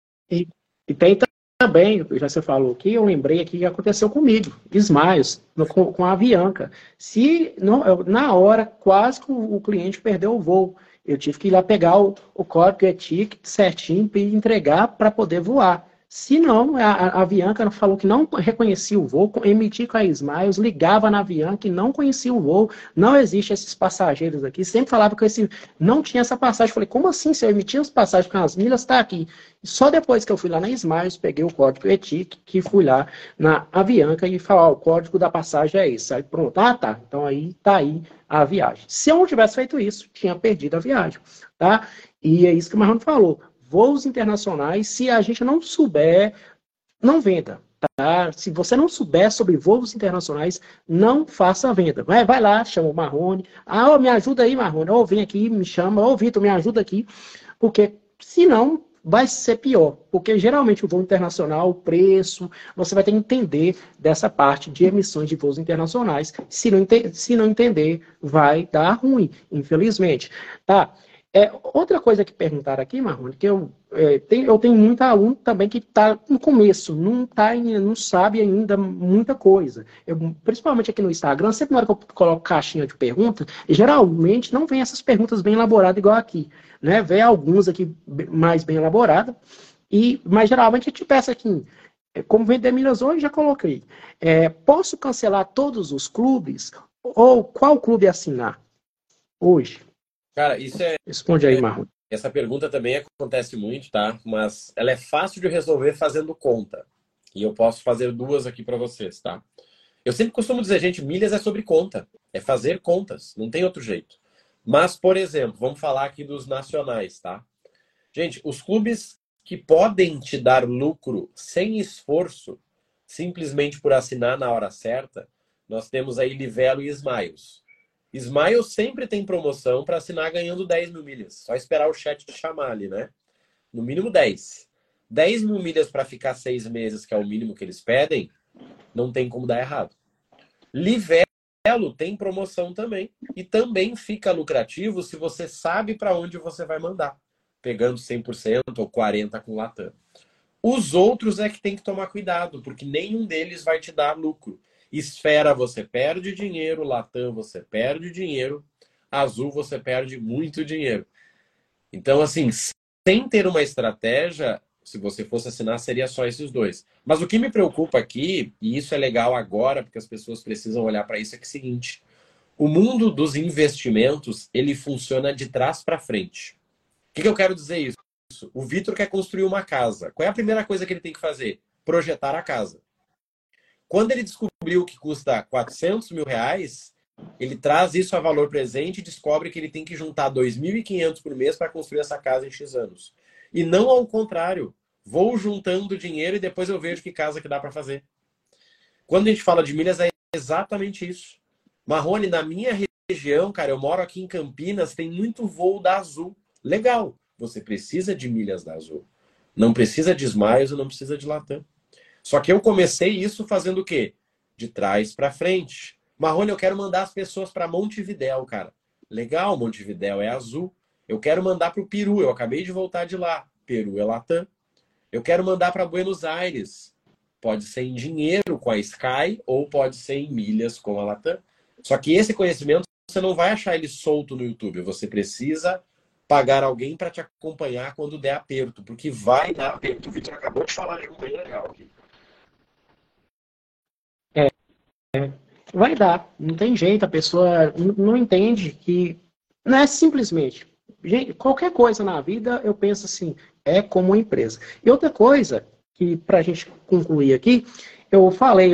E tem também, já você falou aqui, eu lembrei aqui que aconteceu comigo, Smiles, com a Avianca. Na hora, quase que o cliente perdeu o voo. Eu tive que ir lá pegar o código ETIC certinho e entregar para poder voar. Se não, a Avianca falou que não reconhecia o voo, emitia com a Smiles, ligava na Avianca e não conhecia o voo, não existe esses passageiros aqui, sempre falava que não tinha essa passagem. Falei, como assim? Se eu emitia as passagens com as milhas, está aqui. Só depois que eu fui lá na Smiles, peguei o código ETIC, que fui lá na Avianca e falei, o código da passagem é esse. Aí pronto, tá. Então aí tá aí a viagem. Se eu não tivesse feito isso, tinha perdido a viagem, tá? E é isso que o Marrone falou. Voos internacionais, se a gente não souber, não venda. Tá? Se você não souber sobre voos internacionais, não faça a venda. Vai lá, chama o Marrone. Me ajuda aí, Marrone. Vem aqui, me chama. Vitor, me ajuda aqui. Porque, senão, vai ser pior. Porque, geralmente, o voo internacional, o preço, você vai ter que entender dessa parte de emissões de voos internacionais. Se não entender, vai dar ruim, infelizmente. Tá? Outra coisa que perguntaram aqui, Marrone, que eu tenho muito aluno também que está no começo, não sabe ainda muita coisa. Principalmente aqui no Instagram, sempre na hora que eu coloco caixinha de perguntas, geralmente não vem essas perguntas bem elaboradas igual aqui. Né? Vem alguns aqui mais bem elaboradas, mas geralmente a gente peça aqui, como vender milhas hoje, já coloquei. Posso cancelar todos os clubes? Ou qual clube assinar hoje? Cara, isso Responde aí, Marrone. Essa pergunta também acontece muito, tá? Mas ela é fácil de resolver fazendo conta. E eu posso fazer 2 aqui para vocês, tá? Eu sempre costumo dizer, gente, milhas é sobre conta. É fazer contas. Não tem outro jeito. Mas, por exemplo, vamos falar aqui dos nacionais, tá? Gente, os clubes que podem te dar lucro sem esforço, simplesmente por assinar na hora certa, nós temos aí Livelo e Smiles. Smiles sempre tem promoção para assinar ganhando 10 mil milhas. Só esperar o chat te chamar ali, né? No mínimo 10. 10 mil milhas para ficar 6 meses, que é o mínimo que eles pedem, não tem como dar errado. Livelo tem promoção também. E também fica lucrativo se você sabe para onde você vai mandar. Pegando 100% ou 40% com Latam. Os outros é que tem que tomar cuidado, porque nenhum deles vai te dar lucro. Esfera você perde dinheiro, Latam você perde dinheiro, Azul você perde muito dinheiro. Então, assim, sem ter uma estratégia, se você fosse assinar, seria só esses 2. Mas o que me preocupa aqui, e isso é legal agora, porque as pessoas precisam olhar para isso, é que é o seguinte: o mundo dos investimentos, ele funciona de trás para frente. O que eu quero dizer isso? O Vitor quer construir uma casa. Qual é a primeira coisa que ele tem que fazer? Projetar a casa. Quando ele descobriu que custa 400 mil reais, ele traz isso a valor presente e descobre que ele tem que juntar 2.500 por mês para construir essa casa em X anos. E não ao contrário. Vou juntando dinheiro e depois eu vejo que casa que dá para fazer. Quando a gente fala de milhas, é exatamente isso. Marrone, na minha região, cara, eu moro aqui em Campinas, tem muito voo da Azul. Legal. Você precisa de milhas da Azul. Não precisa de Smiles e não precisa de Latam. Só que eu comecei isso fazendo o quê? De trás para frente. Marrone, eu quero mandar as pessoas para Montevidéu, cara. Legal, Montevidéu é Azul. Eu quero mandar para o Peru. Eu acabei de voltar de lá. Peru é Latam. Eu quero mandar para Buenos Aires. Pode ser em dinheiro com a Sky ou pode ser em milhas com a Latam. Só que esse conhecimento você não vai achar ele solto no YouTube. Você precisa pagar alguém para te acompanhar quando der aperto, porque vai dar aperto. O Vitor acabou de falar de um bem legal aqui. Vai dar, não tem jeito, a pessoa não entende que não é simplesmente. Gente, qualquer coisa na vida, eu penso assim, é como uma empresa. E outra coisa, que para a gente concluir aqui, eu falei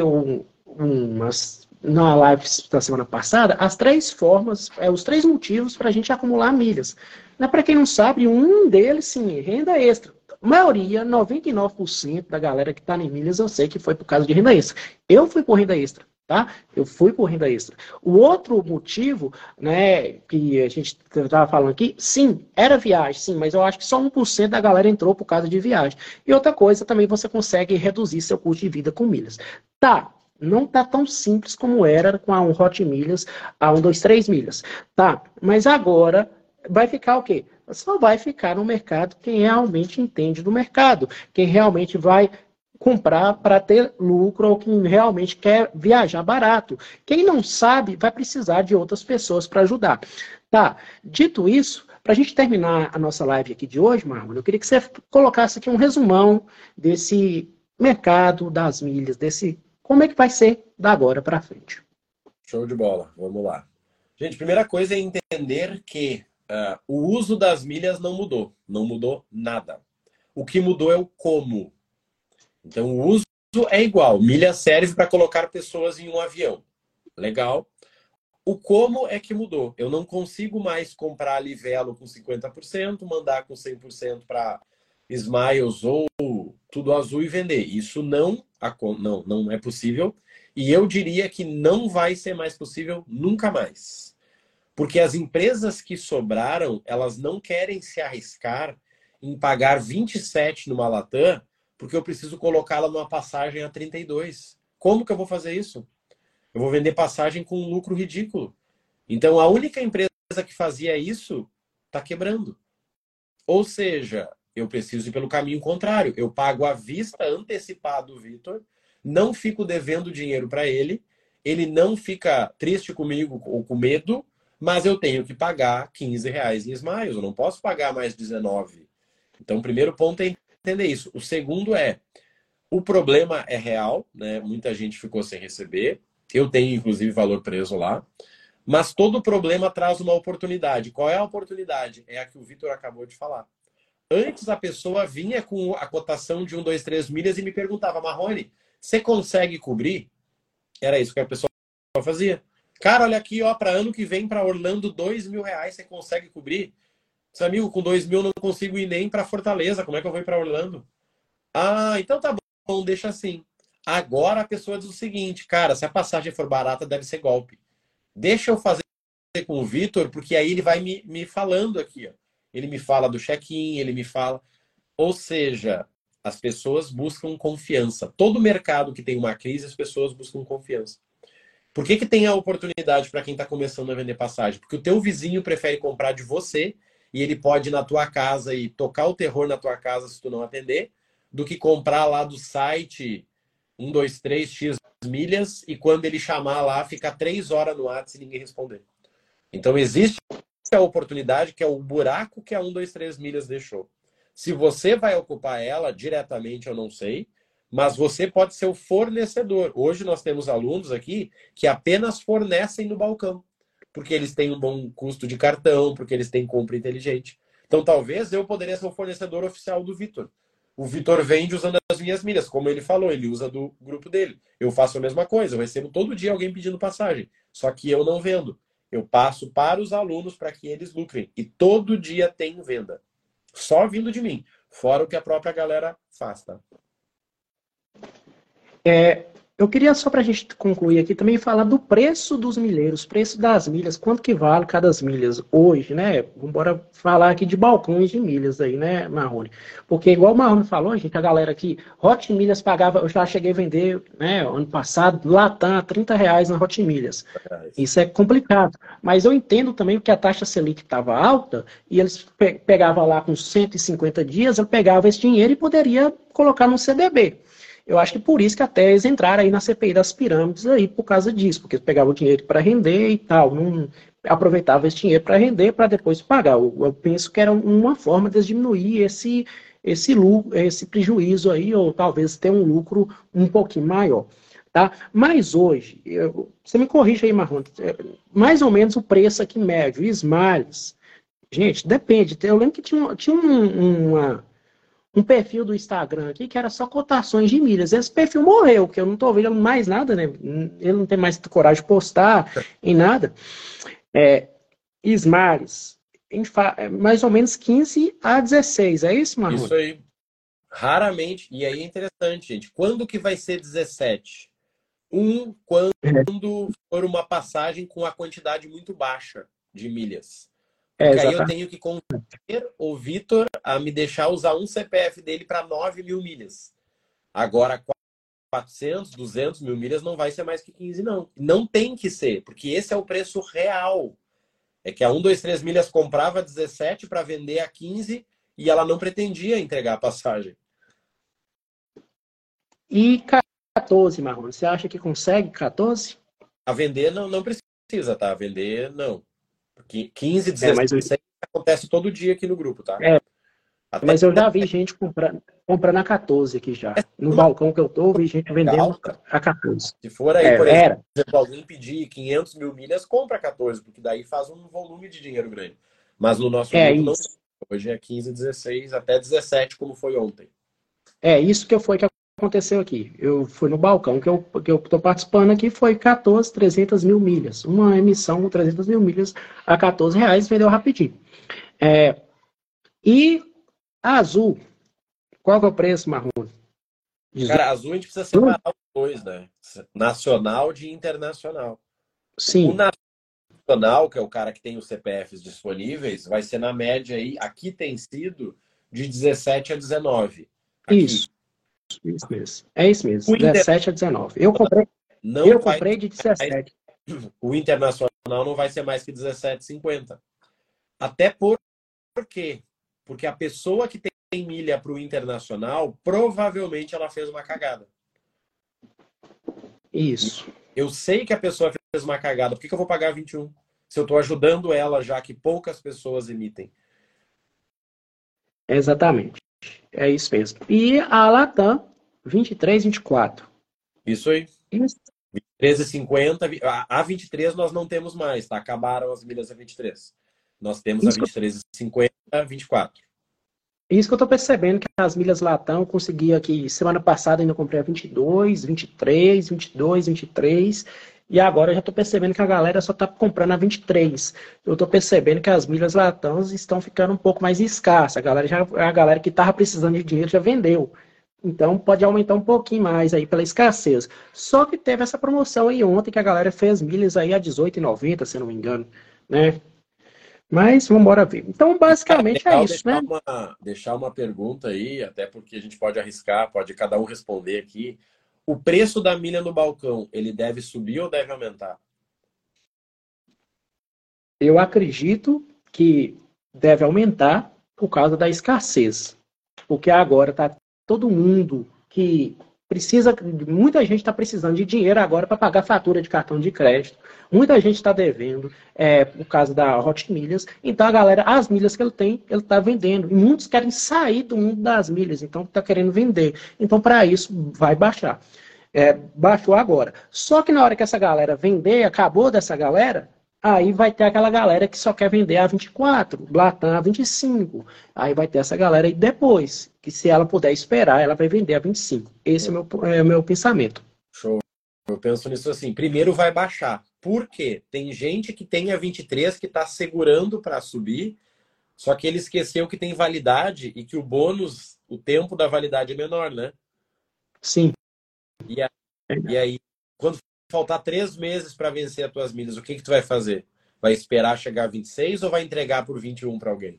na live da semana passada, as 3 formas, os 3 motivos para a gente acumular milhas. Para quem não sabe, um deles, sim, renda extra. A maioria, 99% da galera que está em milhas, eu sei que foi por causa de renda extra. Eu fui por renda extra. Tá? Eu fui por renda extra. O outro motivo, né, que a gente estava falando aqui, sim, era viagem, sim, mas eu acho que só 1% da galera entrou por causa de viagem. E outra coisa, também você consegue reduzir seu custo de vida com milhas. Tá, não tá tão simples como era com a Hot Milhas, a 123 milhas. Tá, mas agora vai ficar o quê? Só vai ficar no mercado quem realmente entende do mercado, quem realmente vai comprar para ter lucro ou quem realmente quer viajar barato. Quem não sabe vai precisar de outras pessoas para ajudar. Tá, dito isso, para a gente terminar a nossa live aqui de hoje, Marlon, eu queria que você colocasse aqui um resumão desse mercado das milhas, como é que vai ser da agora para frente. Show de bola, vamos lá. Gente, primeira coisa é entender que o uso das milhas não mudou nada. O que mudou é o como. Então, o uso é igual. Milha serve para colocar pessoas em um avião. Legal. O como é que mudou. Eu não consigo mais comprar Livelo com 50%, mandar com 100% para Smiles ou Tudo Azul e vender. Isso não é possível. E eu diria que não vai ser mais possível nunca mais. Porque as empresas que sobraram, elas não querem se arriscar em pagar 27 numa Latam, porque eu preciso colocá-la numa passagem a 32. Como que eu vou fazer isso? Eu vou vender passagem com um lucro ridículo. Então, a única empresa que fazia isso está quebrando. Ou seja, eu preciso ir pelo caminho contrário. Eu pago à vista, antecipado o Vitor, não fico devendo dinheiro para ele, ele não fica triste comigo ou com medo, mas eu tenho que pagar R$15 em Smiles. Eu não posso pagar mais 19. Então, o primeiro ponto é entender isso. O segundo é, o problema é real, né? Muita gente ficou sem receber. Eu tenho, inclusive, valor preso lá. Mas todo problema traz uma oportunidade. Qual é a oportunidade? É a que o Vitor acabou de falar. Antes a pessoa vinha com a cotação de 1, 2, 3 milhas e me perguntava, Marrone, você consegue cobrir? Era isso que a pessoa fazia. Cara, olha aqui, ó, para ano que vem para Orlando, R$2.000, você consegue cobrir? Seu amigo, com 2.000 eu não consigo ir nem para Fortaleza. Como é que eu vou ir para Orlando? Ah, então tá bom, deixa assim. Agora a pessoa diz o seguinte, cara, se a passagem for barata, deve ser golpe. Deixa eu fazer com o Vitor, porque aí ele vai me falando aqui, ó. Ele me fala do check-in, ele me fala... Ou seja, as pessoas buscam confiança. Todo mercado que tem uma crise, as pessoas buscam confiança. Por que tem a oportunidade para quem está começando a vender passagem? Porque o teu vizinho prefere comprar de você e ele pode ir na tua casa e tocar o terror na tua casa se tu não atender, do que comprar lá do site 123x milhas e quando ele chamar lá, ficar 3 horas no WhatsApp e ninguém responder. Então existe a oportunidade que é o buraco que a 123 milhas deixou. Se você vai ocupar ela diretamente, eu não sei, mas você pode ser o fornecedor. Hoje nós temos alunos aqui que apenas fornecem no balcão, porque eles têm um bom custo de cartão, porque eles têm compra inteligente. Então talvez eu poderia ser o fornecedor oficial do Vitor. O Vitor vende usando as minhas milhas, como ele falou, ele usa do grupo dele. Eu faço a mesma coisa, eu recebo todo dia alguém pedindo passagem, só que eu não vendo. Eu passo para os alunos para que eles lucrem. E todo dia tem venda. Só vindo de mim. Fora o que a própria galera faz, tá? Eu queria, só para a gente concluir aqui, também falar do preço dos milheiros, preço das milhas, quanto que vale cada milhas hoje, né? Vamos falar aqui de balcões de milhas aí, né, Marrone? Porque igual o Marrone falou, gente, a galera aqui, Hot Milhas pagava, eu já cheguei a vender, né, ano passado, Latam, R$ 30 na Hot Milhas. Isso é complicado. Mas eu entendo também que a taxa Selic estava alta e eles pegavam lá com 150 dias, eu pegava esse dinheiro e poderia colocar no CDB. Eu acho que por isso que até eles entraram aí na CPI das pirâmides aí por causa disso, porque eles pegavam o dinheiro para render e tal, não aproveitavam esse dinheiro para render para depois pagar. Eu penso que era uma forma de diminuir esse prejuízo aí, ou talvez ter um lucro um pouquinho maior. Tá? Mas hoje, você me corrige aí, Marrone, mais ou menos o preço aqui médio, Smiles, gente, depende. Eu lembro que tinha um perfil do Instagram aqui que era só cotações de milhas. Esse perfil morreu, porque eu não estou vendo mais nada, né? Ele não tem mais coragem de postar em nada. Smiles, mais ou menos 15 a 16, é isso, Marrone? Isso aí. Raramente, e aí é interessante, gente. Quando que vai ser 17? Quando for uma passagem com a quantidade muito baixa de milhas. Porque aí eu tenho que convencer o Vitor a me deixar usar um CPF dele para 9.000 milhas. Agora, 400, 200 mil milhas não vai ser mais que 15, não. Não tem que ser, porque esse é o preço real. É que a 123 Milhas comprava 17 para vender a 15 e ela não pretendia entregar a passagem. E 14, Marrone, você acha que consegue 14? A vender não precisa, tá? A vender não. 15, 16 acontece todo dia aqui no grupo, tá? Mas eu já vi gente comprando a 14 aqui já. No balcão que eu tô, vi gente vendendo a 14. Se for aí, por exemplo, alguém pedir 500 mil milhas, compra a 14, porque daí faz um volume de dinheiro grande. Mas no nosso grupo não. Hoje é 15, 16, até 17, como foi ontem. Isso que aconteceu aqui. Eu fui no balcão que eu tô participando aqui, foi 14, 300 mil milhas. Uma emissão com 300 mil milhas a R$14, vendeu rapidinho. E a Azul, qual que é o preço, Marrone? Cara, a Azul a gente precisa separar os dois, né? Nacional de internacional. Sim. O nacional, que é o cara que tem os CPFs disponíveis, vai ser na média aí, aqui tem sido de 17 a 19. Aqui. Isso mesmo. É isso mesmo, 17 a 19. Eu comprei de 17. O internacional não vai ser mais que 17,50. Até por quê? Porque a pessoa que tem milha para o internacional, provavelmente ela fez uma cagada. Isso. Eu sei que a pessoa fez uma cagada. Por que eu vou pagar 21? Se eu estou ajudando ela, já que poucas pessoas emitem. Exatamente. É isso mesmo. E a Latam, 23, 24. Isso aí. 23,50. A 23 nós não temos mais, tá? Acabaram as milhas a 23. Nós temos a 23,50, 24. Isso que eu tô percebendo, que as milhas Latam eu consegui aqui, semana passada ainda comprei a 22, 23, 22, 23, e agora eu já tô percebendo que a galera só tá comprando a 23. Eu tô percebendo que as milhas Latam estão ficando um pouco mais escassas. A galera que tava precisando de dinheiro já vendeu. Então pode aumentar um pouquinho mais aí pela escassez. Só que teve essa promoção aí ontem que a galera fez milhas aí a R$18,90, se eu não me engano, né? Mas vamos embora ver. Então, basicamente é isso, né? Deixar uma pergunta aí, até porque a gente pode arriscar, pode cada um responder aqui. O preço da milha no balcão, ele deve subir ou deve aumentar? Eu acredito que deve aumentar por causa da escassez. Porque agora está todo mundo que precisa, muita gente está precisando de dinheiro agora para pagar fatura de cartão de crédito. Muita gente está devendo, por causa da Hot Milhas. Então, a galera, as milhas que ele tem, ele está vendendo. E muitos querem sair do mundo das milhas, então está querendo vender. Então, para isso, vai baixar. Baixou agora. Só que na hora que essa galera vender, acabou dessa galera, Aí vai ter aquela galera que só quer vender a 24, Latam a 25. Aí vai ter essa galera aí depois, que se ela puder esperar, ela vai vender a 25. Esse é o meu pensamento. Show. Eu penso nisso assim. Primeiro vai baixar. Por quê? Tem gente que tem a 23 que está segurando para subir, só que ele esqueceu que tem validade e que o bônus, o tempo da validade é menor, né? Sim. E aí, quando faltar 3 meses para vencer as tuas milhas, o que tu vai fazer? Vai esperar chegar a 26 ou vai entregar por 21 para alguém?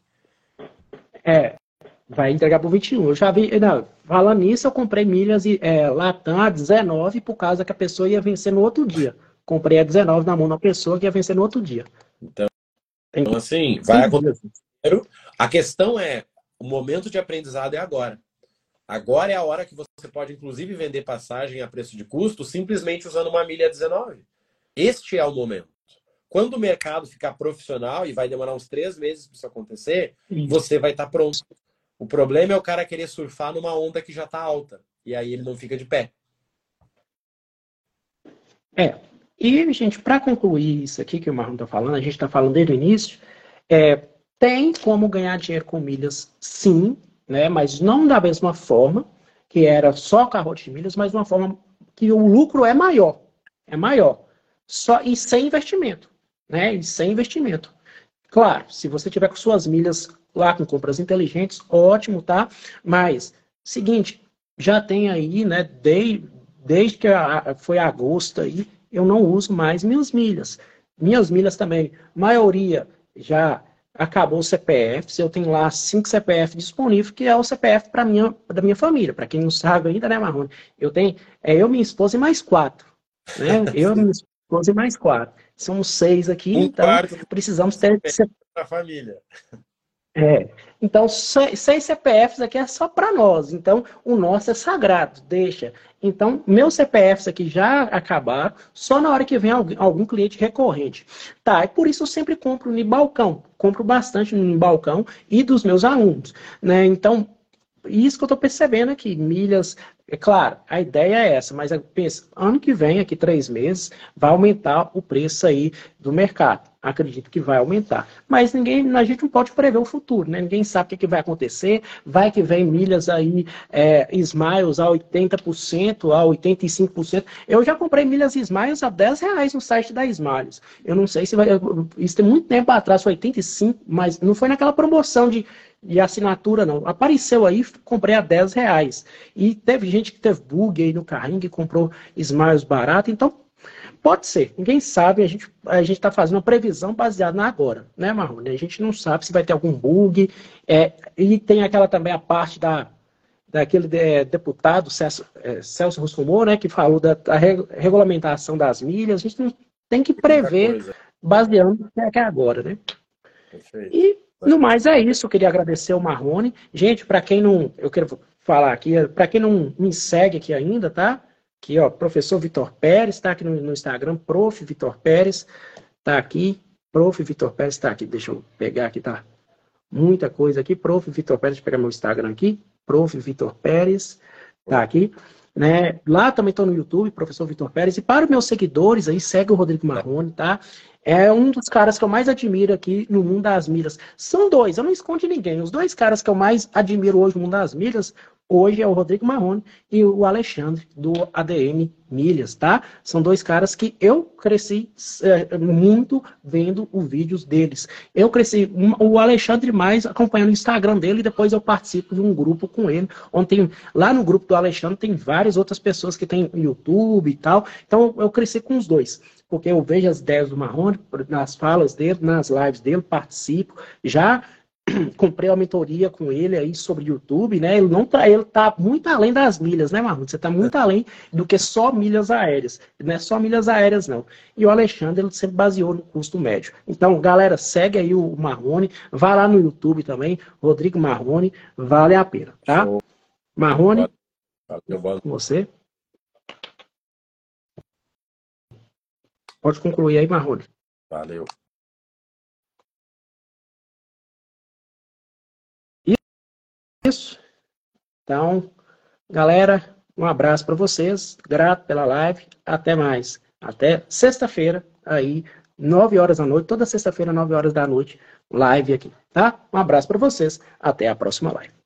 Vai entregar por 21. Eu já vi, não, falando nisso, eu comprei milhas Latam a 19 por causa que a pessoa ia vencer no outro dia. Comprei a 19 na mão da pessoa que ia vencer no outro dia. Então assim, vai acontecer. A questão é, o momento de aprendizado é agora. Agora é a hora que você pode, inclusive, vender passagem a preço de custo simplesmente usando uma milha 19. Este é o momento. Quando o mercado ficar profissional, e vai demorar uns 3 meses para isso acontecer, você vai estar pronto. O problema é o cara querer surfar numa onda que já está alta. E aí ele não fica de pé. E, gente, para concluir isso aqui que o Marlon está falando, a gente está falando desde o início, tem como ganhar dinheiro com milhas, sim, né? Mas não da mesma forma, que era só carrote de milhas, mas de uma forma que o lucro é maior. É maior. E sem investimento. Né? E sem investimento. Claro, se você tiver com suas milhas lá com compras inteligentes, ótimo, tá? Mas, seguinte, já tem aí, né? Desde que foi agosto aí, eu não uso mais minhas milhas. Minhas milhas também, maioria já acabou o CPF. Eu tenho lá 5 CPF disponíveis, que é o CPF da minha família. Para quem não sabe ainda, né, Marrone? Eu tenho minha esposa e mais 4. Né? Eu, minha esposa e mais 4. Somos 6 aqui, então precisamos ter a família. Então, 6 CPFs aqui é só para nós. Então, o nosso é sagrado, deixa. Então, meus CPFs aqui já acabaram, só na hora que vem algum cliente recorrente. Tá, e por isso eu sempre compro no balcão. Compro bastante no balcão e dos meus alunos. Né? Então, isso que eu estou percebendo aqui, milhas. É claro, a ideia é essa, mas eu penso, ano que vem, aqui 3 meses, vai aumentar o preço aí do mercado. Acredito que vai aumentar. Mas a gente não pode prever o futuro, né? Ninguém sabe o que vai acontecer. Vai que vem milhas aí, Smiles a 80%, a 85%. Eu já comprei milhas Smiles a R$10 no site da Smiles. Eu não sei se vai. Isso tem muito tempo atrás, foi 85%, mas não foi naquela promoção de assinatura, não. Apareceu aí, comprei a R$10. E teve gente que teve bug aí no carrinho, que comprou Smiles barato. Então, pode ser. Ninguém sabe. A gente está fazendo uma previsão baseada na agora, né, Marrone? A gente não sabe se vai ter algum bug. E tem aquela também a parte daquele deputado, Celso Russomano, né, que falou da regulamentação das milhas. A gente não tem que prever baseando no que é agora, né? Perfeito. E no mais é isso, eu queria agradecer o Marrone. Gente, para quem não, eu quero falar aqui, para quem não me segue aqui ainda, tá? Aqui, ó, professor Vitor Pérez, tá aqui no Instagram, Prof. Vitor Pérez, tá aqui, Prof. Vitor Pérez tá aqui, deixa eu pegar aqui, tá? Muita coisa aqui, Prof. Vitor Pérez, deixa eu pegar meu Instagram aqui, Prof. Vitor Pérez, tá aqui. Né? Lá também estou no YouTube, professor Vitor Pérez. E para os meus seguidores aí, segue o Rodrigo Marrone, tá? É um dos caras que eu mais admiro aqui no mundo das milhas. São 2, eu não escondo de ninguém. Os 2 caras que eu mais admiro hoje no mundo das milhas, hoje é o Rodrigo Marrone e o Alexandre, do ADM Milhas, tá? São 2 caras que eu cresci muito vendo os vídeos deles. Eu cresci, o Alexandre mais acompanhando o Instagram dele, e depois eu participo de um grupo com ele, onde lá no grupo do Alexandre tem várias outras pessoas que tem YouTube e tal. Então eu cresci com os 2. Porque eu vejo as ideias do Marrone, nas falas dele, nas lives dele, participo. Já comprei uma mentoria com ele aí sobre YouTube, né? Ele tá muito além das milhas, né, Marrone? Você tá muito além do que só milhas aéreas. Não é só milhas aéreas, não. E o Alexandre, ele sempre baseou no custo médio. Então, galera, segue aí o Marrone, vai lá no YouTube também, Rodrigo Marrone, vale a pena, tá? Show. Marrone, Valeu, com você. Pode concluir aí, Marrone. Valeu. Isso. Então, galera, um abraço para vocês. Grato pela live. Até mais. Até sexta-feira aí 9 horas da noite, toda sexta-feira, 9 horas da noite, live aqui, tá? Um abraço para vocês, até a próxima live.